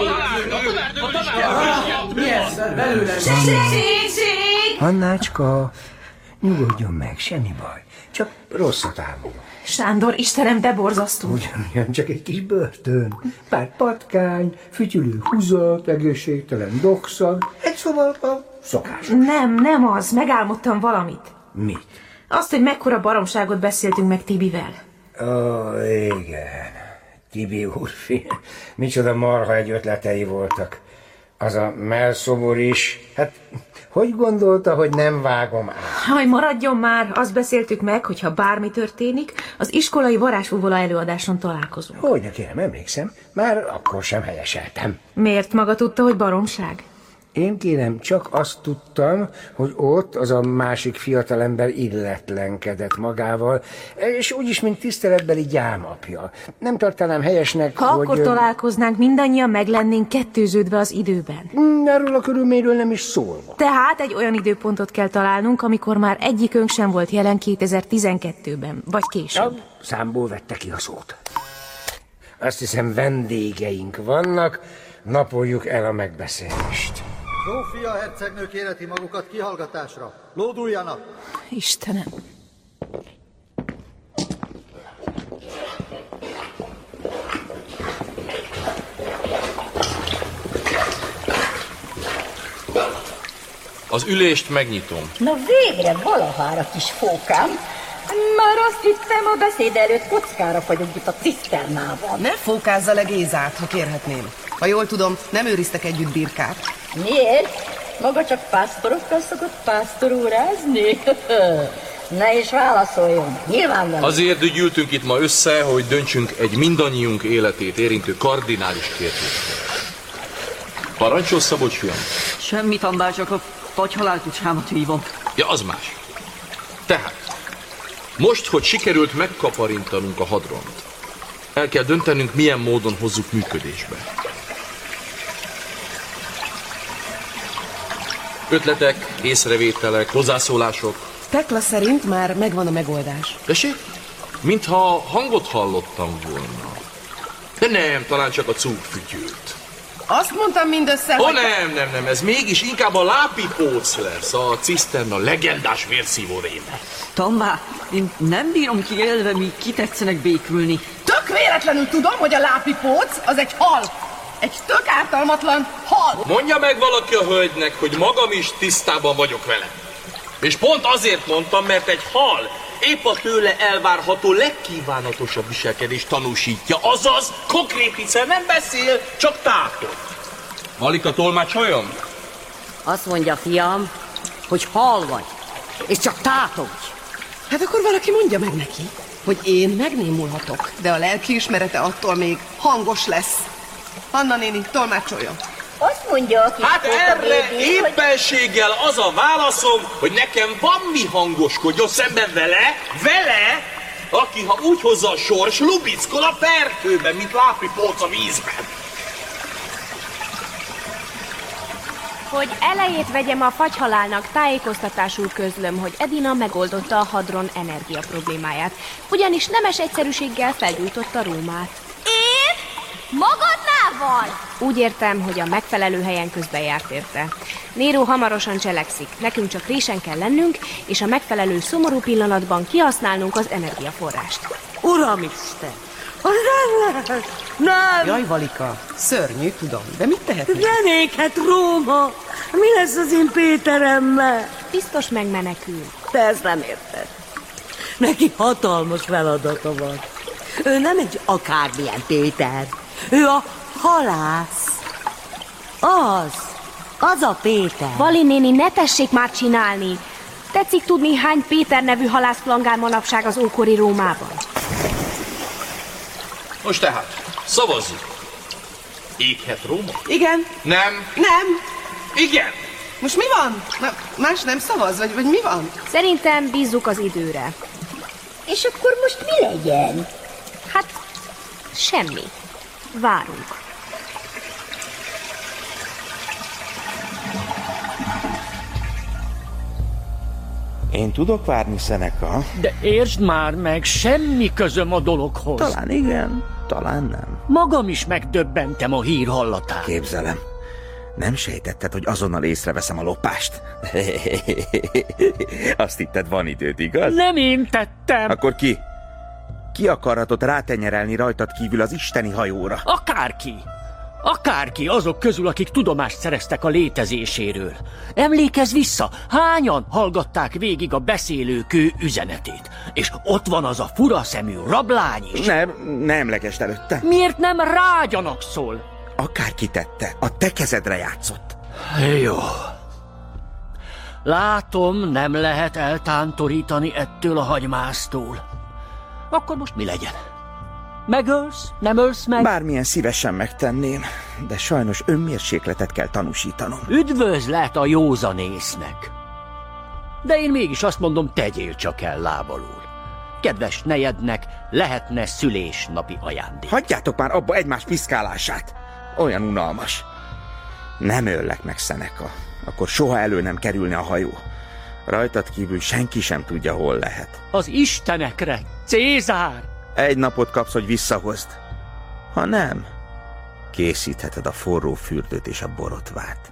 Mi ez? Belőle Segítség! Annácska, nyugodjon meg, semmi baj. Csak rosszat álmodom. Sándor, Istenem, de borzasztó. Ugyanilyen, csak egy kis börtön. Pár patkány, fütyülő húzat, egészségtelen dokszag. Egy szóval a szokás. Nem az. Megálmodtam valamit. Mit? Azt, hogy mekkora baromságot beszéltünk meg Tibivel. Ó, igen. Tibi úrfi. Micsoda marha egy ötletei voltak. Az a melszobor is. Hát, hogy gondolta, hogy nem vágom át? Haj, maradjon már! Azt beszéltük meg, hogy ha bármi történik, az iskolai varázsfúvola előadáson találkozunk. Hogyne, kérem, emlékszem. Már akkor sem helyeseltem. Miért? Maga tudta, hogy baromság? Én kérem, csak azt tudtam, hogy ott az a másik fiatalember illetlenkedett magával, és úgyis, mint tiszteletbeli gyámapja. Nem tartanám helyesnek, ha hogy... akkor találkoznánk, mindannyian meg lennénk kettőződve az időben. Erről a körülményről nem is szólva. Tehát egy olyan időpontot kell találnunk, amikor már egyikünk sem volt jelen 2012-ben, vagy később. Számból vette ki a szót. Azt hiszem, vendégeink vannak, napoljuk el a megbeszélést. Zsófia hercegnő kérheti magukat kihallgatásra. Lóduljanak! Istenem! Az ülést megnyitom. Na végre valahára, kis fókám. Már azt hittem, a beszéd előtt kockára fagyunk itt a ciszternában. Ne fókázza le Gézát, ha kérhetném. Ha jól tudom, nem őriztek együtt birkát. Miért? Maga csak pásztorokkal szokott pásztorúrázni? Ne is válaszoljon, nyilván nem. Azért gyűltünk itt ma össze, hogy döntsünk egy mindannyiunk életét érintő kardinális kérdést. Parancsol, Szabolcs fiam? Semmit, annál csak a fagyhalálkucsámat hívom. Ja, az más. Tehát, most, hogy sikerült megkaparintanunk a hadront, el kell döntenünk, milyen módon hozzuk működésbe. Ötletek, észrevételek, hozzászólások? Tekla szerint már megvan a megoldás. Tessék? Mintha hangot hallottam volna. De nem, talán csak a cúg fütyült. Azt mondtam mindössze, hogy... Nem, ez mégis inkább a lápipóc lesz, a ciszterna legendás vérszívó réme. Tombá, én nem bírom ki élve, míg kitetszenek békülni. Tök véletlenül tudom, hogy a lápipóc az egy hal. Egy tök ártalmatlan hal. Mondja meg valaki a hölgynek, hogy magam is tisztában vagyok vele. És pont azért mondtam, mert egy hal épp a tőle elvárható legkívánatosabb viselkedést tanúsítja. Azaz, konkrét hiszen nem beszél, csak tátog. Valika, tolmácsoljon? Azt mondja, fiam, hogy hal vagy, és csak tátogj. Hát akkor valaki mondja meg neki, hogy én megnémulhatok, de a lelkiismerete attól még hangos lesz. Anna néni, tolmácsoljon. Azt mondja, aki... Hát erre éppenséggel az a válaszom, hogy nekem van mi hangoskodjon szemben vele, aki ha úgy hozza a sors, lubickol a fertőben, mint lápipóc a vízben. Hogy elejét vegyem a fagyhalálnak, tájékoztatásul közlöm, hogy Edina megoldotta a hadron energia problémáját, ugyanis nemes egyszerűséggel felgyújtotta Rómát. Én? Magadnával? Úgy értem, hogy a megfelelő helyen közben járt érte. Nero hamarosan cselekszik, nekünk csak résen kell lennünk, és a megfelelő szomorú pillanatban kihasználnunk az energiaforrást. Uramisten! Nem lehet! Nem! Jaj, Valika, szörnyű, tudom, de mit tehetnék? Nem éghet Róma! Mi lesz az én Péteremmel? Biztos megmenekül. Te ezt nem érted. Neki hatalmas feladata van. Ő nem egy akármilyen Péter. Ő a halász. Az a Péter. Vali néni, ne tessék már csinálni. Tetszik tudni, hány Péter nevű halász flangál manapság az ókori Rómában? Most tehát, szavazzuk. Éghet Róma? Igen. Nem. Nem. Igen. Most mi van? Más nem szavaz, vagy mi van? Szerintem bízzuk az időre. És akkor most mi legyen? Hát, semmi. Várunk. Én tudok várni, Seneca? De értsd már meg, semmi közöm a dologhoz. Talán igen, talán nem. Magam is megdöbbentem a hír hallatán. Képzelem. Nem sejtetted, hogy azonnal észreveszem a lopást? Azt hitted, van időd, igaz? Nem én tettem. Akkor ki? Ki akarhatott rátenyerelni rajtad kívül az isteni hajóra? Akárki. Akárki azok közül, akik tudomást szereztek a létezéséről. Emlékezz vissza, hányan hallgatták végig a beszélőkő üzenetét. És ott van az a furaszemű rablány is. Ne emlegesd előtte. Miért nem rágyanakszol? Akárki tette, a te kezedre játszott. Jó. Látom, nem lehet eltántorítani ettől a hagymásztól. Akkor most mi legyen? Megölsz? Nem ölsz meg? Bármilyen szívesen megtenném, de sajnos önmérsékletet kell tanúsítanom. Üdvözlet a józanésznek. De én mégis azt mondom, tegyél csak el lábalul. Kedves nejednek lehetne szülésnapi ajándék. Hagyjátok már abba egymás piszkálását. Olyan unalmas. Nem öllek meg, Seneca. Akkor soha elő nem kerülne a hajó. Rajtad kívül senki sem tudja, hol lehet. Az istenekre, Cézár! Egy napot kapsz, hogy visszahozd. Ha nem, készítheted a forró fürdőt és a borotvát.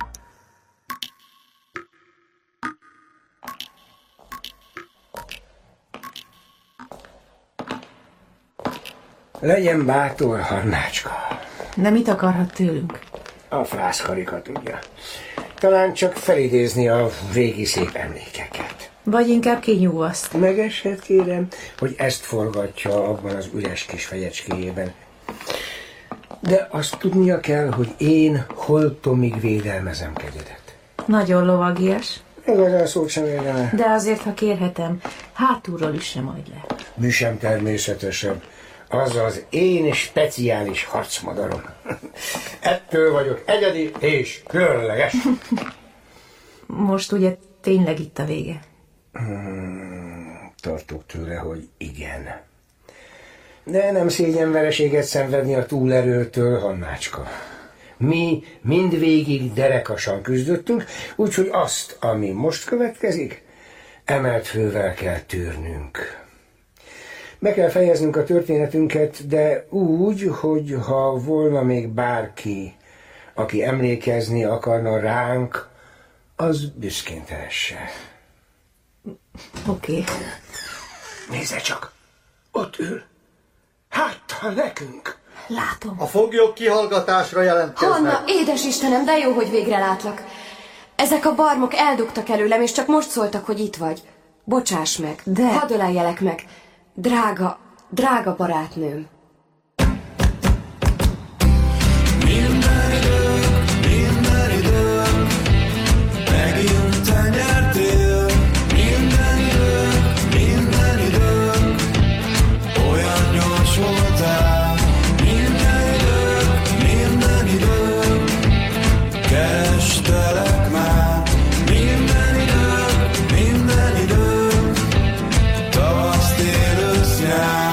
Legyen bátor, Hannácska. De mit akarhat tőlünk? A frászkarika tudja. Talán csak felidézni a régi szép emlékeket. Vagy inkább kinyúvaszt. Megeshet, kérem, hogy ezt forgatja abban az üres kis fejecskéjében. De azt tudnia kell, hogy én holtomig védelmezem kegyedet. Nagyon lovagias. Igazán szót sem érdemel. De azért, ha kérhetem, hátulról is sem adj le. Mi sem természetesen. Az az én speciális harcmadarom. Ettől vagyok egyedi és különleges. Most ugye tényleg itt a vége? Tartok tőle, hogy igen. De nem szégyen vereséget szenvedni a túlerőtől, Hannácska. Mi mindvégig derekasan küzdöttünk, úgyhogy azt, ami most következik, emelt fővel kell tűrnünk. Be kell fejeznünk a történetünket, de úgy, hogy ha volna még bárki, aki emlékezni akarna ránk, az büszkén tehesse. Oké. Nézze csak! Ott ül! Háttal nekünk! Látom. A foglyok kihallgatásra jelentkeznek. Hanna, édes Istenem, de jó, hogy végre látlak. Ezek a barmok eldugtak előlem, és csak most szóltak, hogy itt vagy. Bocsáss meg, de... hadd öleljelek meg. Drága barátnőm. Minden idő, megint te nyertél. Minden idő, olyan gyors voltál. Minden idő, kerestelek már. Minden idő, tavasz, tél, ősz, nyár.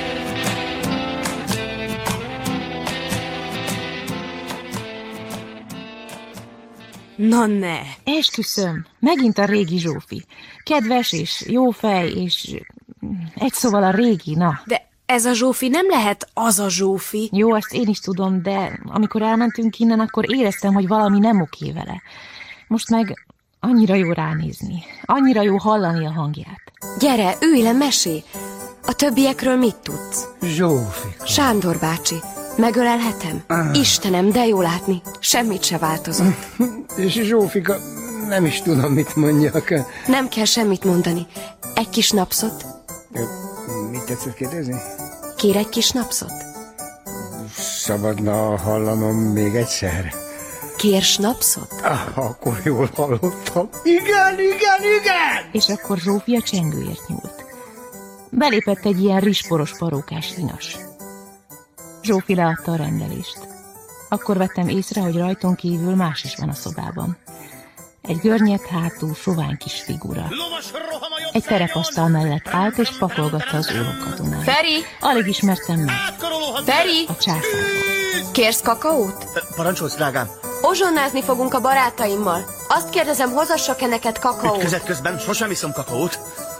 Na ne! Esküszöm, megint a régi Zsófi. Kedves és jó fej, és egy szóval a régi, na. De ez a Zsófi nem lehet az a Zsófi. Jó, azt én is tudom, de amikor elmentünk innen, akkor éreztem, hogy valami nem oké vele. Most meg annyira jó ránézni, annyira jó hallani a hangját. Gyere, ülj le, mesélj! A többiekről mit tudsz? Zsófi. Sándor bácsi, megölelhetem? Istenem, de jó látni. Semmit se változott. És Zsófika, nem is tudom, mit mondjak. Nem kell semmit mondani. Egy kis napszot? Mit tetszett kérdezni? Kér egy kis napszot? Szabadna hallanom még egyszer? Kér snapszot? Akkor jól hallottam. Igen! És akkor Zsófi a csengőért nyúlt. Belépett egy ilyen rizsporos parókás inas. Zsófi leadta a rendelést. Akkor vettem észre, hogy rajton kívül más is van a szobában. Egy görnyed hátú, sovány kis figura. Egy terepasztal mellett állt, és pakolgatta az ólomkatonát. Feri! Alig ismertem meg. Feri! A császárból. Kérsz kakaót? Parancsolsz, drágám. Ozsonnázni fogunk a barátaimmal. Azt kérdezem, hozassak-e neked kakaót? Ütközet közben sosem iszom kakaót.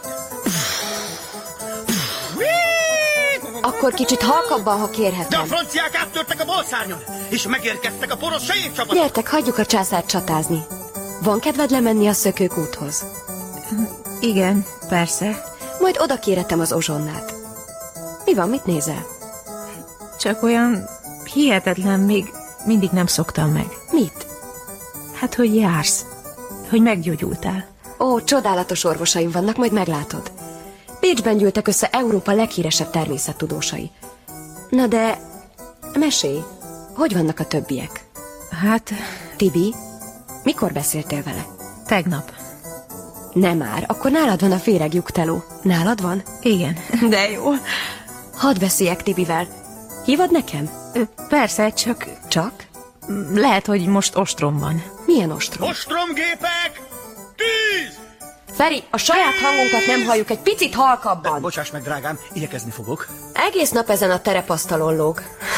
Akkor kicsit halkabban, ha De kérhetem. a franciák áttörtek a balszárnyon, és megérkeztek a poros sejétcsapatok. Gyertek, hagyjuk a császárt csatázni. Van kedved lemenni a szökőkúthoz? Igen, persze. Majd oda kéretem az ozsonnát. Mi van, mit nézel? Csak olyan hihetetlen, még mindig nem szoktam meg. Mit? Hát, hogy jársz. Hogy meggyógyultál. Ó, csodálatos orvosaim vannak, majd meglátod. Bécsben gyűltek össze Európa leghíresebb természettudósai. Na de, mesélj, hogy vannak a többiek? Hát... Tibi, mikor beszéltél vele? Tegnap. Nem már, akkor nálad van a féreglyukteló. Nálad van? Igen. De jó. Hadd beszéljek Tibivel. Hívod nekem? Persze, csak... Csak? Lehet, hogy most ostrom van. Milyen ostrom? Ostromgépek! 10! Feri, a saját hangunkat nem halljuk, egy picit halkabban. Bocsáss meg, drágám, igyekezni fogok. Egész nap ezen a terepasztalon lóg.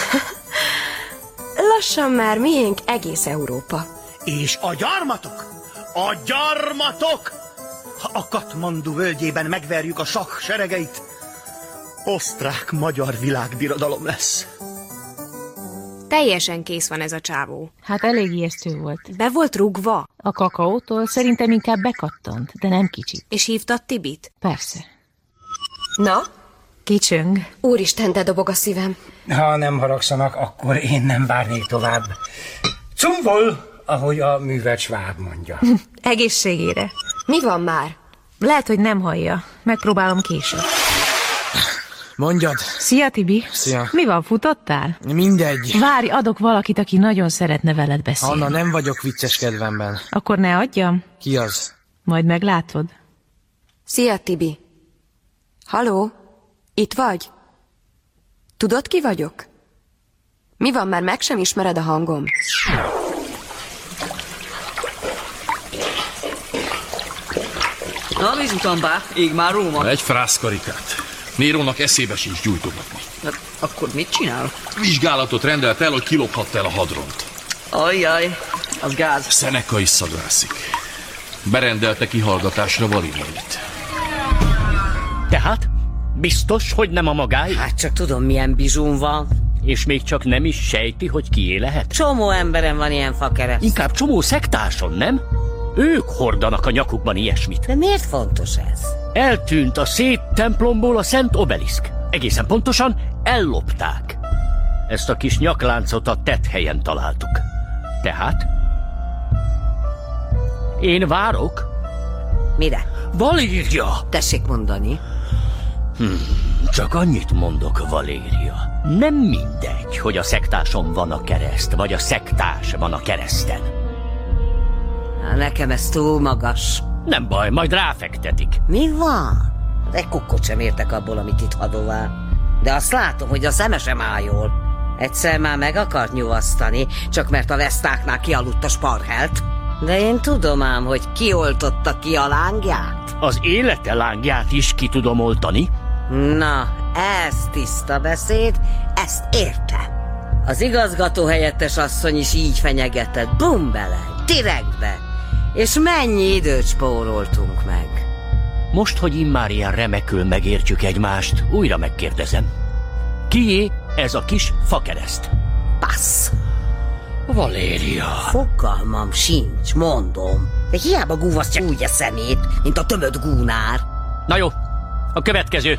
Lassan már miénk egész Európa. És a gyarmatok! A gyarmatok! Ha a Katmandu völgyében megverjük a sakk seregeit, osztrák-magyar világbirodalom lesz. Teljesen kész van ez a csávó. Hát elég ijesztő volt. Be volt rugva? A kakaótól szerintem inkább bekattant, de nem kicsit. És hívtad Tibit? Persze. Na? Kicsöng. Úristen, de dobog a szívem. Ha nem haragszanak, akkor én nem várnék tovább. Cumvol, ahogy a művelt sváb mondja. Egészségére. Mi van már? Lehet, hogy nem hallja. Megpróbálom később. Mondjad. Szia, Tibi. Szia. Mi van, futottál? Mindegy. Várj, adok valakit, aki nagyon szeretne veled beszélni. Anna, nem vagyok vicces kedvemben. Akkor ne adjam? Ki az? Majd meglátod. Szia, Tibi. Halló? Itt vagy? Tudod, ki vagyok? Mi van, már meg sem ismered a hangom? Na, nézzük, bár, ég már Róma. Egy frászkarikát. Nérónak eszébe sincs gyújtogatni. Hát, akkor mit csinál? Vizsgálatot rendelt el, hogy kilophatta el a hadront. Ajjaj, az gáz. Seneca is szaglászik. Berendelte kihallgatásra Valériait. Tehát? Biztos, hogy nem a magáé? Hát csak tudom, milyen bizsún van. És még csak nem is sejti, hogy kié lehet? Csomó emberen van ilyen fakereszt. Inkább csomó szektárson, nem? Ők hordanak a nyakukban ilyesmit. De miért fontos ez? Eltűnt a szét templomból a Szent Obeliszk. Egészen pontosan ellopták. Ezt a kis nyakláncot a tetthelyen találtuk. Tehát? Én várok. Mire? Valéria! Tessék mondani. Csak annyit mondok, Valéria. Nem mindegy, hogy a szektáson van a kereszt, vagy a szektás van a kereszten. Nekem ez túl magas. Nem baj, majd ráfektetik. Mi van? Egy kukkot sem értek abból, amit itt hadovál. De azt látom, hogy a szeme sem áll jól. Egyszer már meg akart nyugasztani, csak mert a vesztáknál kialudt a sparhelt. De én tudom ám, hogy kioltotta ki a lángját. Az élete lángját is ki tudom oltani. Na, ez tiszta beszéd, ezt értem. Az igazgató helyettes asszony is így fenyegetett, bum bele, direktbe. És mennyi időt spóroltunk meg. Most, hogy immár ilyen remekül megértjük egymást, újra megkérdezem. Kié ez a kis fakereszt? Passz. Valéria. Fogalmam sincs, mondom. De hiába gúvasztja úgy a szemét, mint a tömött gúnár. Na jó, a következő.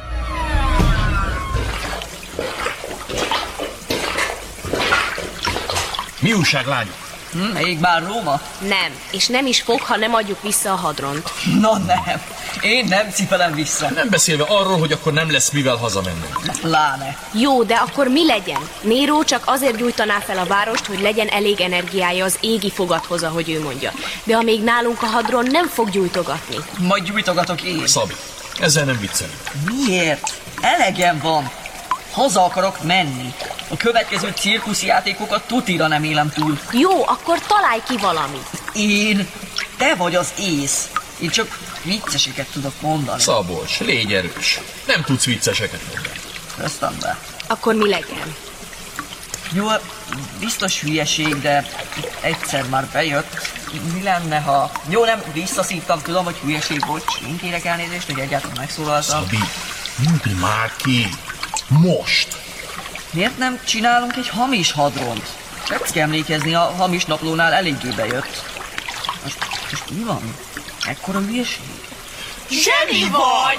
Mi újság, lányok? Még bár Róma? Nem, és nem is fog, ha nem adjuk vissza a hadront. Na nem, én nem cipelem vissza. Nem beszélve arról, hogy akkor nem lesz mivel hazamennünk. Pláne. Jó, de akkor mi legyen? Néró csak azért gyújtaná fel a várost, hogy legyen elég energiája az égi fogathoz, ahogy ő mondja. De ha még nálunk a hadron, nem fog gyújtogatni. Majd gyújtogatok én. Szabi, ezzel nem viccelünk. Miért? Elegem van. Haza akarok menni. A következő cirkuszjátékokat tutira nem élem túl. Jó, akkor találj ki valamit. Én? Te vagy az ész. Én csak vicceseket tudok mondani. Szabolcs, légy erős. Nem tudsz vicceseket mondani. Köszönöm be. Akkor mi legyen? Jó, biztos hülyeség, de egyszer már bejött. Mi lenne, ha... Jó, nem, visszaszívtam, tudom, hogy hülyeség volt. Én kérek elnézést, hogy egyáltalán megszólaltam. Szabi, mondd már ki. Most. Miért nem csinálunk egy hamis hadront? Tetszke emlékezni, a hamis naplónál eléggé bejött. Most mi van? Ekkora hülyeség? Zseni vagy!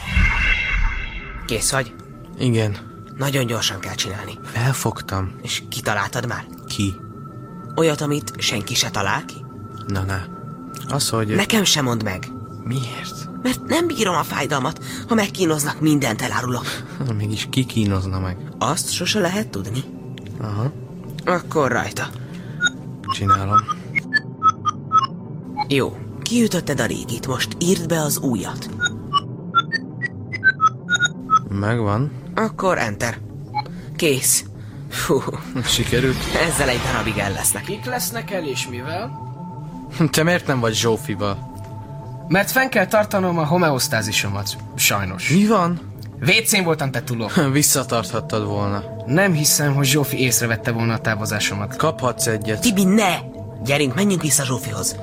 Kész vagy? Igen. Nagyon gyorsan kell csinálni. Felfogtam. És kitaláltad már? Ki? Olyat, amit senki se talál ki? Na. Az, hogy... Nekem sem mondd meg. Miért? Mert nem bírom a fájdalmat, ha megkínoznak, mindent elárulok. Mégis ki kínozna meg? Azt sose lehet tudni. Aha. Akkor rajta. Csinálom. Jó, kiütötted a régit, most írd be az újat. Megvan. Akkor enter. Kész. Fú. Sikerült. Ezzel egy darabig el lesznek. Kik lesznek el és mivel? Te miért nem vagy Zsófival? Mert fenn kell tartanom a homeosztázisomat. Sajnos. Mi van? WC-n voltam, te tuló. Visszatarthattad volna. Nem hiszem, hogy Zsófi észrevette volna a távozásomat. Kaphatsz egyet. Tibi, ne! Gyerünk, menjünk vissza Zsófihoz.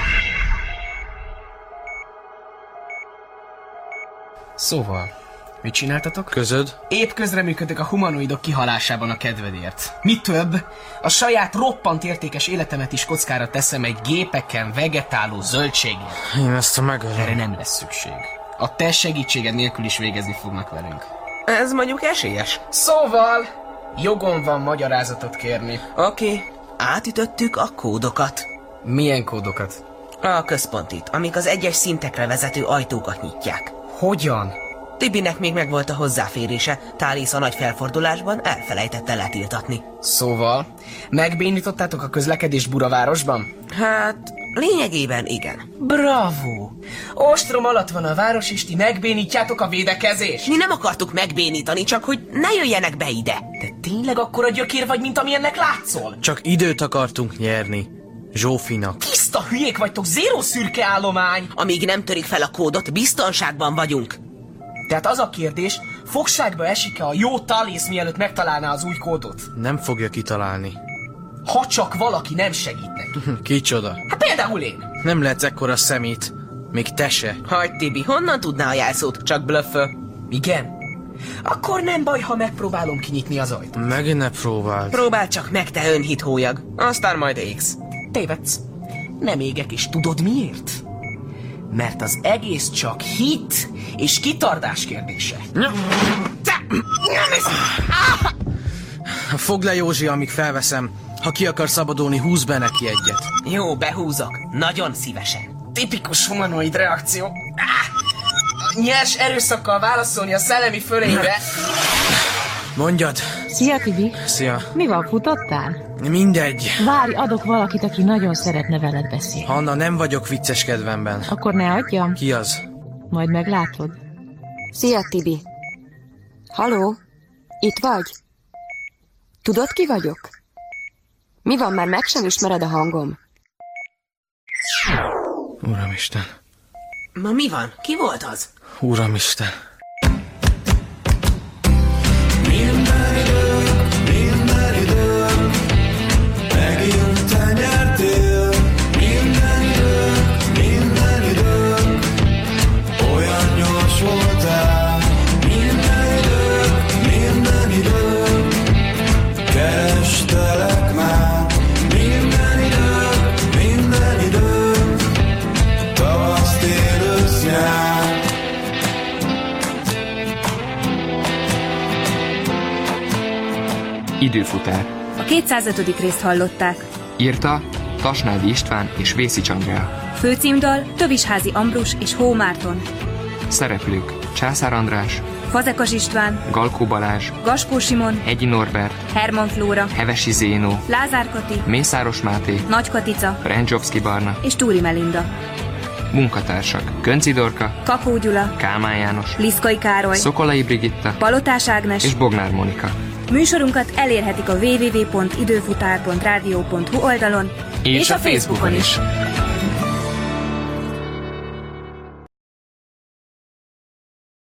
Szóval, mit csináltatok? Közöd? Épp közreműködök a humanoidok kihalásában a kedvedért. Mi több, a saját roppant értékes életemet is kockára teszem egy gépeken vegetáló zöldségért. Én ezt a megölöm. Erre nem lesz szükség. A te segítséged nélkül is végezni fognak velünk. Ez mondjuk esélyes. Szóval, jogom van magyarázatot kérni. Oké, átütöttük a kódokat. Milyen kódokat? A központit, amik az egyes szintekre vezető ajtókat nyitják. Hogyan? Tibinek még megvolt a hozzáférése, Thales a nagy felfordulásban elfelejtette letiltatni. Szóval, megbénítottátok a közlekedést Buravárosban? Hát, lényegében igen. Bravo! Ostrom alatt van a város, és ti megbénítjátok a védekezést? Mi nem akartuk megbénítani, csak hogy ne jöjjenek be ide. De tényleg akkora gyökér vagy, mint amilyennek látszol? Csak időt akartunk nyerni. Zsófinak. Tiszta hülyék vagytok, zéró szürke állomány! Amíg nem törik fel a kódot, biztonságban vagyunk. Tehát az a kérdés, fogságba esik-e a jó Thales, mielőtt megtalálná az új kódot? Nem fogja kitalálni. Ha csak valaki nem segít neki. Kicsoda? Hát például én. Nem lehetsz ekkora szemét. Még te se. Hagyd, Tibi, honnan tudná a jelszót? Csak blöfföl. Igen? Akkor nem baj, ha megpróbálom kinyitni az ajtót. Megint ne próbáld. Próbáld csak meg, te önhit hólyag. Aztán majd égsz. Tévedsz. Nem égek, és tudod miért? Mert az egész csak hit és kitartás kérdése. Fogd le, Józsi, amíg felveszem. Ha ki akar szabadulni, húzz be neki egyet. Jó, behúzok. Nagyon szívesen. Tipikus humanoid reakció. Nyers erőszakkal válaszolni a szellemi fölényre. Mondjad. Szia, Tibi. Szia. Mi van, futottál? Mindegy. Várj, adok valakit, aki nagyon szeretne veled beszélni. Hanna, nem vagyok vicces kedvemben. Akkor ne adjam. Ki az? Majd meglátod. Szia, Tibi. Halló? Itt vagy? Tudod, ki vagyok? Mi van, már meg sem ismered a hangom? Uramisten. Ma mi van? Ki volt az? Uramisten. Minden idő, megint te nyertél. Minden idő, olyan gyors voltál. Minden idő, kerestelek már. Minden idő, tavasz, tél, ősz, nyár. Időfutár. A 205. részt hallották. Írta Tasnádi István és Vészics Andrea. Főcímdal Tövisházi Ambrus és Hó Márton. Szereplők Császár András, Fazekas István, Galkó Balázs, Gaspó Simon, Egyi Norbert, Herman Flóra, Hevesi Zénó, Lázár Kati, Mészáros Máté, Nagy Katica, Rendzsovszki Barna és Túri Melinda. Munkatársak Könci Dorka, Kapó Gyula, Kálmán János, Liszkai Károly, Szokolai Brigitta, Palotás Ágnes és Bognár Monika. Műsorunkat elérhetik a www.időfutár.rádió.hu oldalon és a Facebookon is.